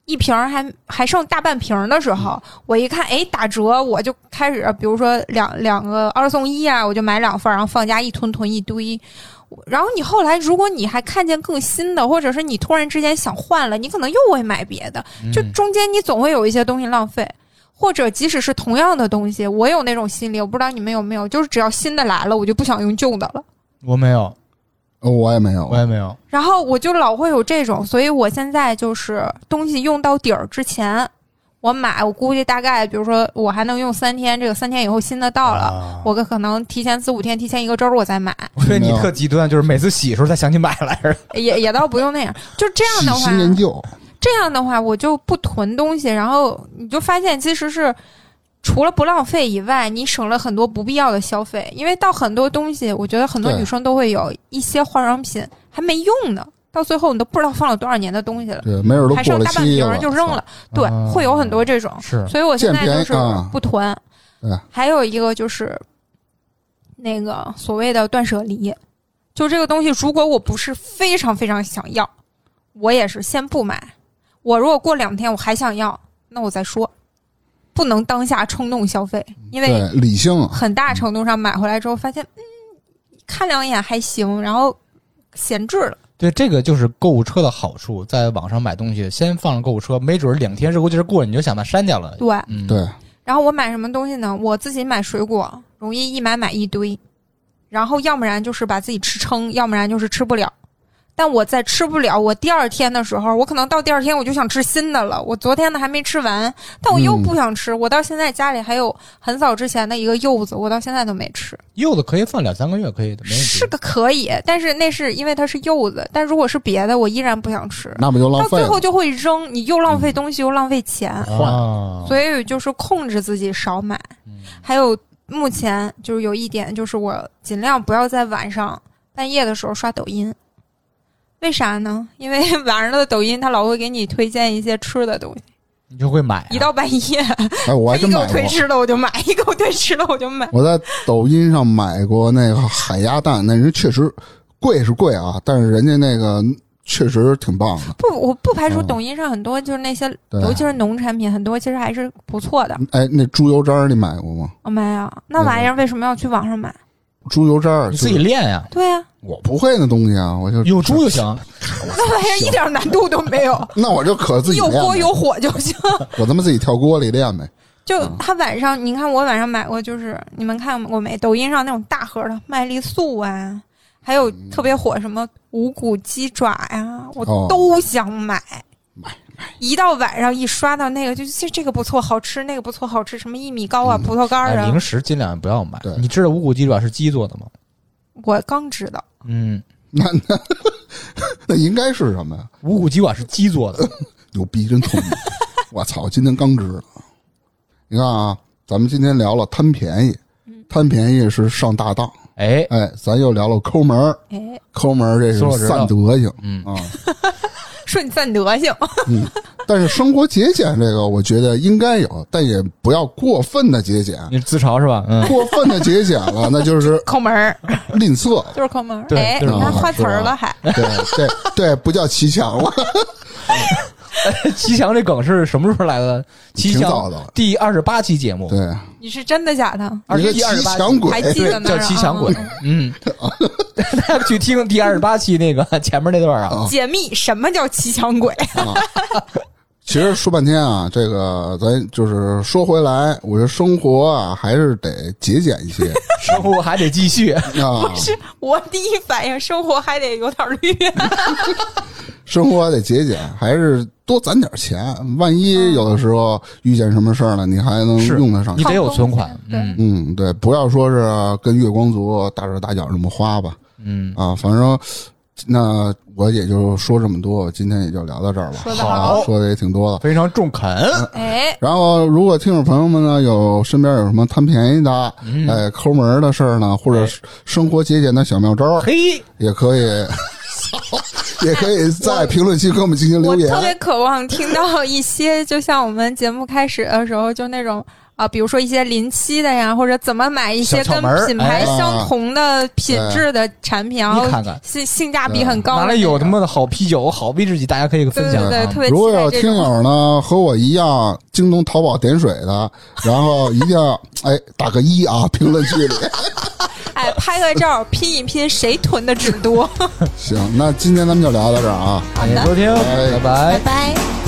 一瓶还还剩大半瓶的时候，我一看，哎，打折，我就开始，比如说两两个二送一啊，我就买两份，然后放家一囤囤一堆。然后你后来，如果你还看见更新的，或者是你突然之间想换了，你可能又会买别的，就中间你总会有一些东西浪费。或者即使是同样的东西，我有那种心理，我不知道你们有没有，就是只要新的来了，我就不想用旧的了。 我没有。 我也没有， 我也没有。 然后我就老会有这种，所以我现在就是东西用到底儿之前，我买，我估计大概，比如说我还能用三天，这个三天以后新的到了，啊、我可能提前四五天，提前一个周我再买。 我觉得你特极端，就是每次洗的时候才想起买来着。 也也倒不用那样，就这样的话， 喜新厌旧。 这样的话，我就不囤东西，然后你就发现其实是。除了不浪费以外，你省了很多不必要的消费，因为到很多东西，我觉得很多女生都会有一些化妆品还没用呢，到最后你都不知道放了多少年的东西了， 对，没准都还剩大半瓶就扔了，对， 啊、 会有很多这种， 是， 所以我现在就是不囤。 对、啊， 还有一个就是那个所谓的断舍离，就这个东西，如果我不是非常非常想要，我也是先不买。我如果过两天我还想要，那我再说。不能当下冲动消费，因为理性很大程度上买回来之后发现，嗯，看两眼还行，然后闲置了。 对，这个就是购物车的好处，在网上买东西，先放上购物车，没准两天热乎劲儿过了，你就想把它删掉了。 对， 嗯， 对。 然后我买什么东西呢？我自己买水果，容易一买买一堆，然后要不然就是把自己吃撑，要不然就是吃不了。但我在吃不了，我第二天的时候，我可能到第二天我就想吃新的了。我昨天的还没吃完，但我又不想吃。嗯、我到现在家里还有很早之前的一个柚子，我到现在都没吃。 柚子可以放两三个月，可以的，没问题。 是个可以，但是那是因为它是柚子。但如果是别的，我依然不想吃。 那不就浪费了？ 到最后就会扔，你又浪费东西，嗯、又浪费钱。 啊、 所以就是控制自己少买。嗯、还有目前就是有一点，就是我尽量不要在晚上半夜的时候刷抖音。为啥呢？因为晚上的抖音它老会给你推荐一些吃的东西， 你就会买、啊。 一到半夜， 哎，我还真买过。 一给我推吃的我就买，一给我推吃的我就买。 我在抖音上买过那个海鸭蛋，那人确实贵是贵啊，但是人家那个确实挺棒的。 不，我不排除抖音上很多就是那些，嗯、尤其是农产品，很多其实还是不错的。 哎，那猪油渣你买过吗？ 我没有，那玩意儿为什么要去网上买？ 猪油渣你自己练呀。 对呀、啊。 我不会那东西啊，我就有猪就行。 那玩意儿一点难度都没有。 那我就可自己练有锅有火就行。 我他妈自己跳锅里练呗。 就他晚上，嗯、你看我晚上买过，就是你们看过没？抖音上那种大盒的麦丽素啊，还有特别火什么无骨鸡爪呀，我都想买。哦、 买买。 一到晚上一刷到那个，就这这个不错，好吃，那个不错，好吃，什么薏米糕啊，嗯、葡萄干啊、 哎。零食尽量不要买。你知道无骨鸡爪是鸡做的吗？ 我刚知道。 嗯。 那那那应该是什么呀？ 无骨鸡爪是鸡做的， 牛逼，真聪明！我操，今天刚知道。你看啊，咱们今天聊了贪便宜，贪便宜是上大当。 哎哎，咱又聊了抠门，哎，抠门这是散德性， 嗯啊， 顺散德性。 嗯，但是生活节俭这个，我觉得应该有，但也不要过分的节俭。 你自嘲是吧？嗯， 过分的节俭了，那就是抠门， 吝啬， 就是抠门。 对， 哎，你看换词儿了还？ 对对对，不叫骑墙了。 骑墙这梗是什么时候来的？骑墙第二十八期节目。 对， 你是真的假的？ 你个骑墙鬼， 还记得呢？ 叫骑墙鬼。嗯，大家去听第二十八期那个前面那段啊， 解密什么叫骑墙鬼。 啊其实说半天啊，这个咱就是说回来，我觉得生活啊还是得节俭一些， 生活还得继续啊。 不是，我第一反应生活还得有点绿， 生活还得节俭，还是多攒点钱。万一有的时候遇见什么事儿了，你还能用得上。 你得有存款。 嗯嗯，对，不要说是跟月光族大手大脚这么花吧。 嗯啊，反正。那我也就说这么多，今天也就聊到这儿吧。 说的好， 说的也挺多的， 非常中肯。 哎， 然后如果听众朋友们呢有身边有什么贪便宜的、嗯、哎抠门的事儿呢，或者生活节俭的小妙招， 嘿， 也可以。也可以在评论区给我们进行留言。 我特别渴望听到一些，就像我们节目开始的时候，就那种啊，比如说一些临期的呀，或者怎么买一些跟品牌相同的品质的产品，然后性性价比很高， 哪里有他妈的好啤酒、好威士忌，大家可以分享。 对对对，特别。 如果有听友呢和我一样京东、淘宝点水的，然后一定要哎打个一啊，评论区里。 哎，拍个照拼一拼，谁囤的纸多？ 行，那今天咱们就聊到这儿啊。 感谢收听，拜拜， 拜拜。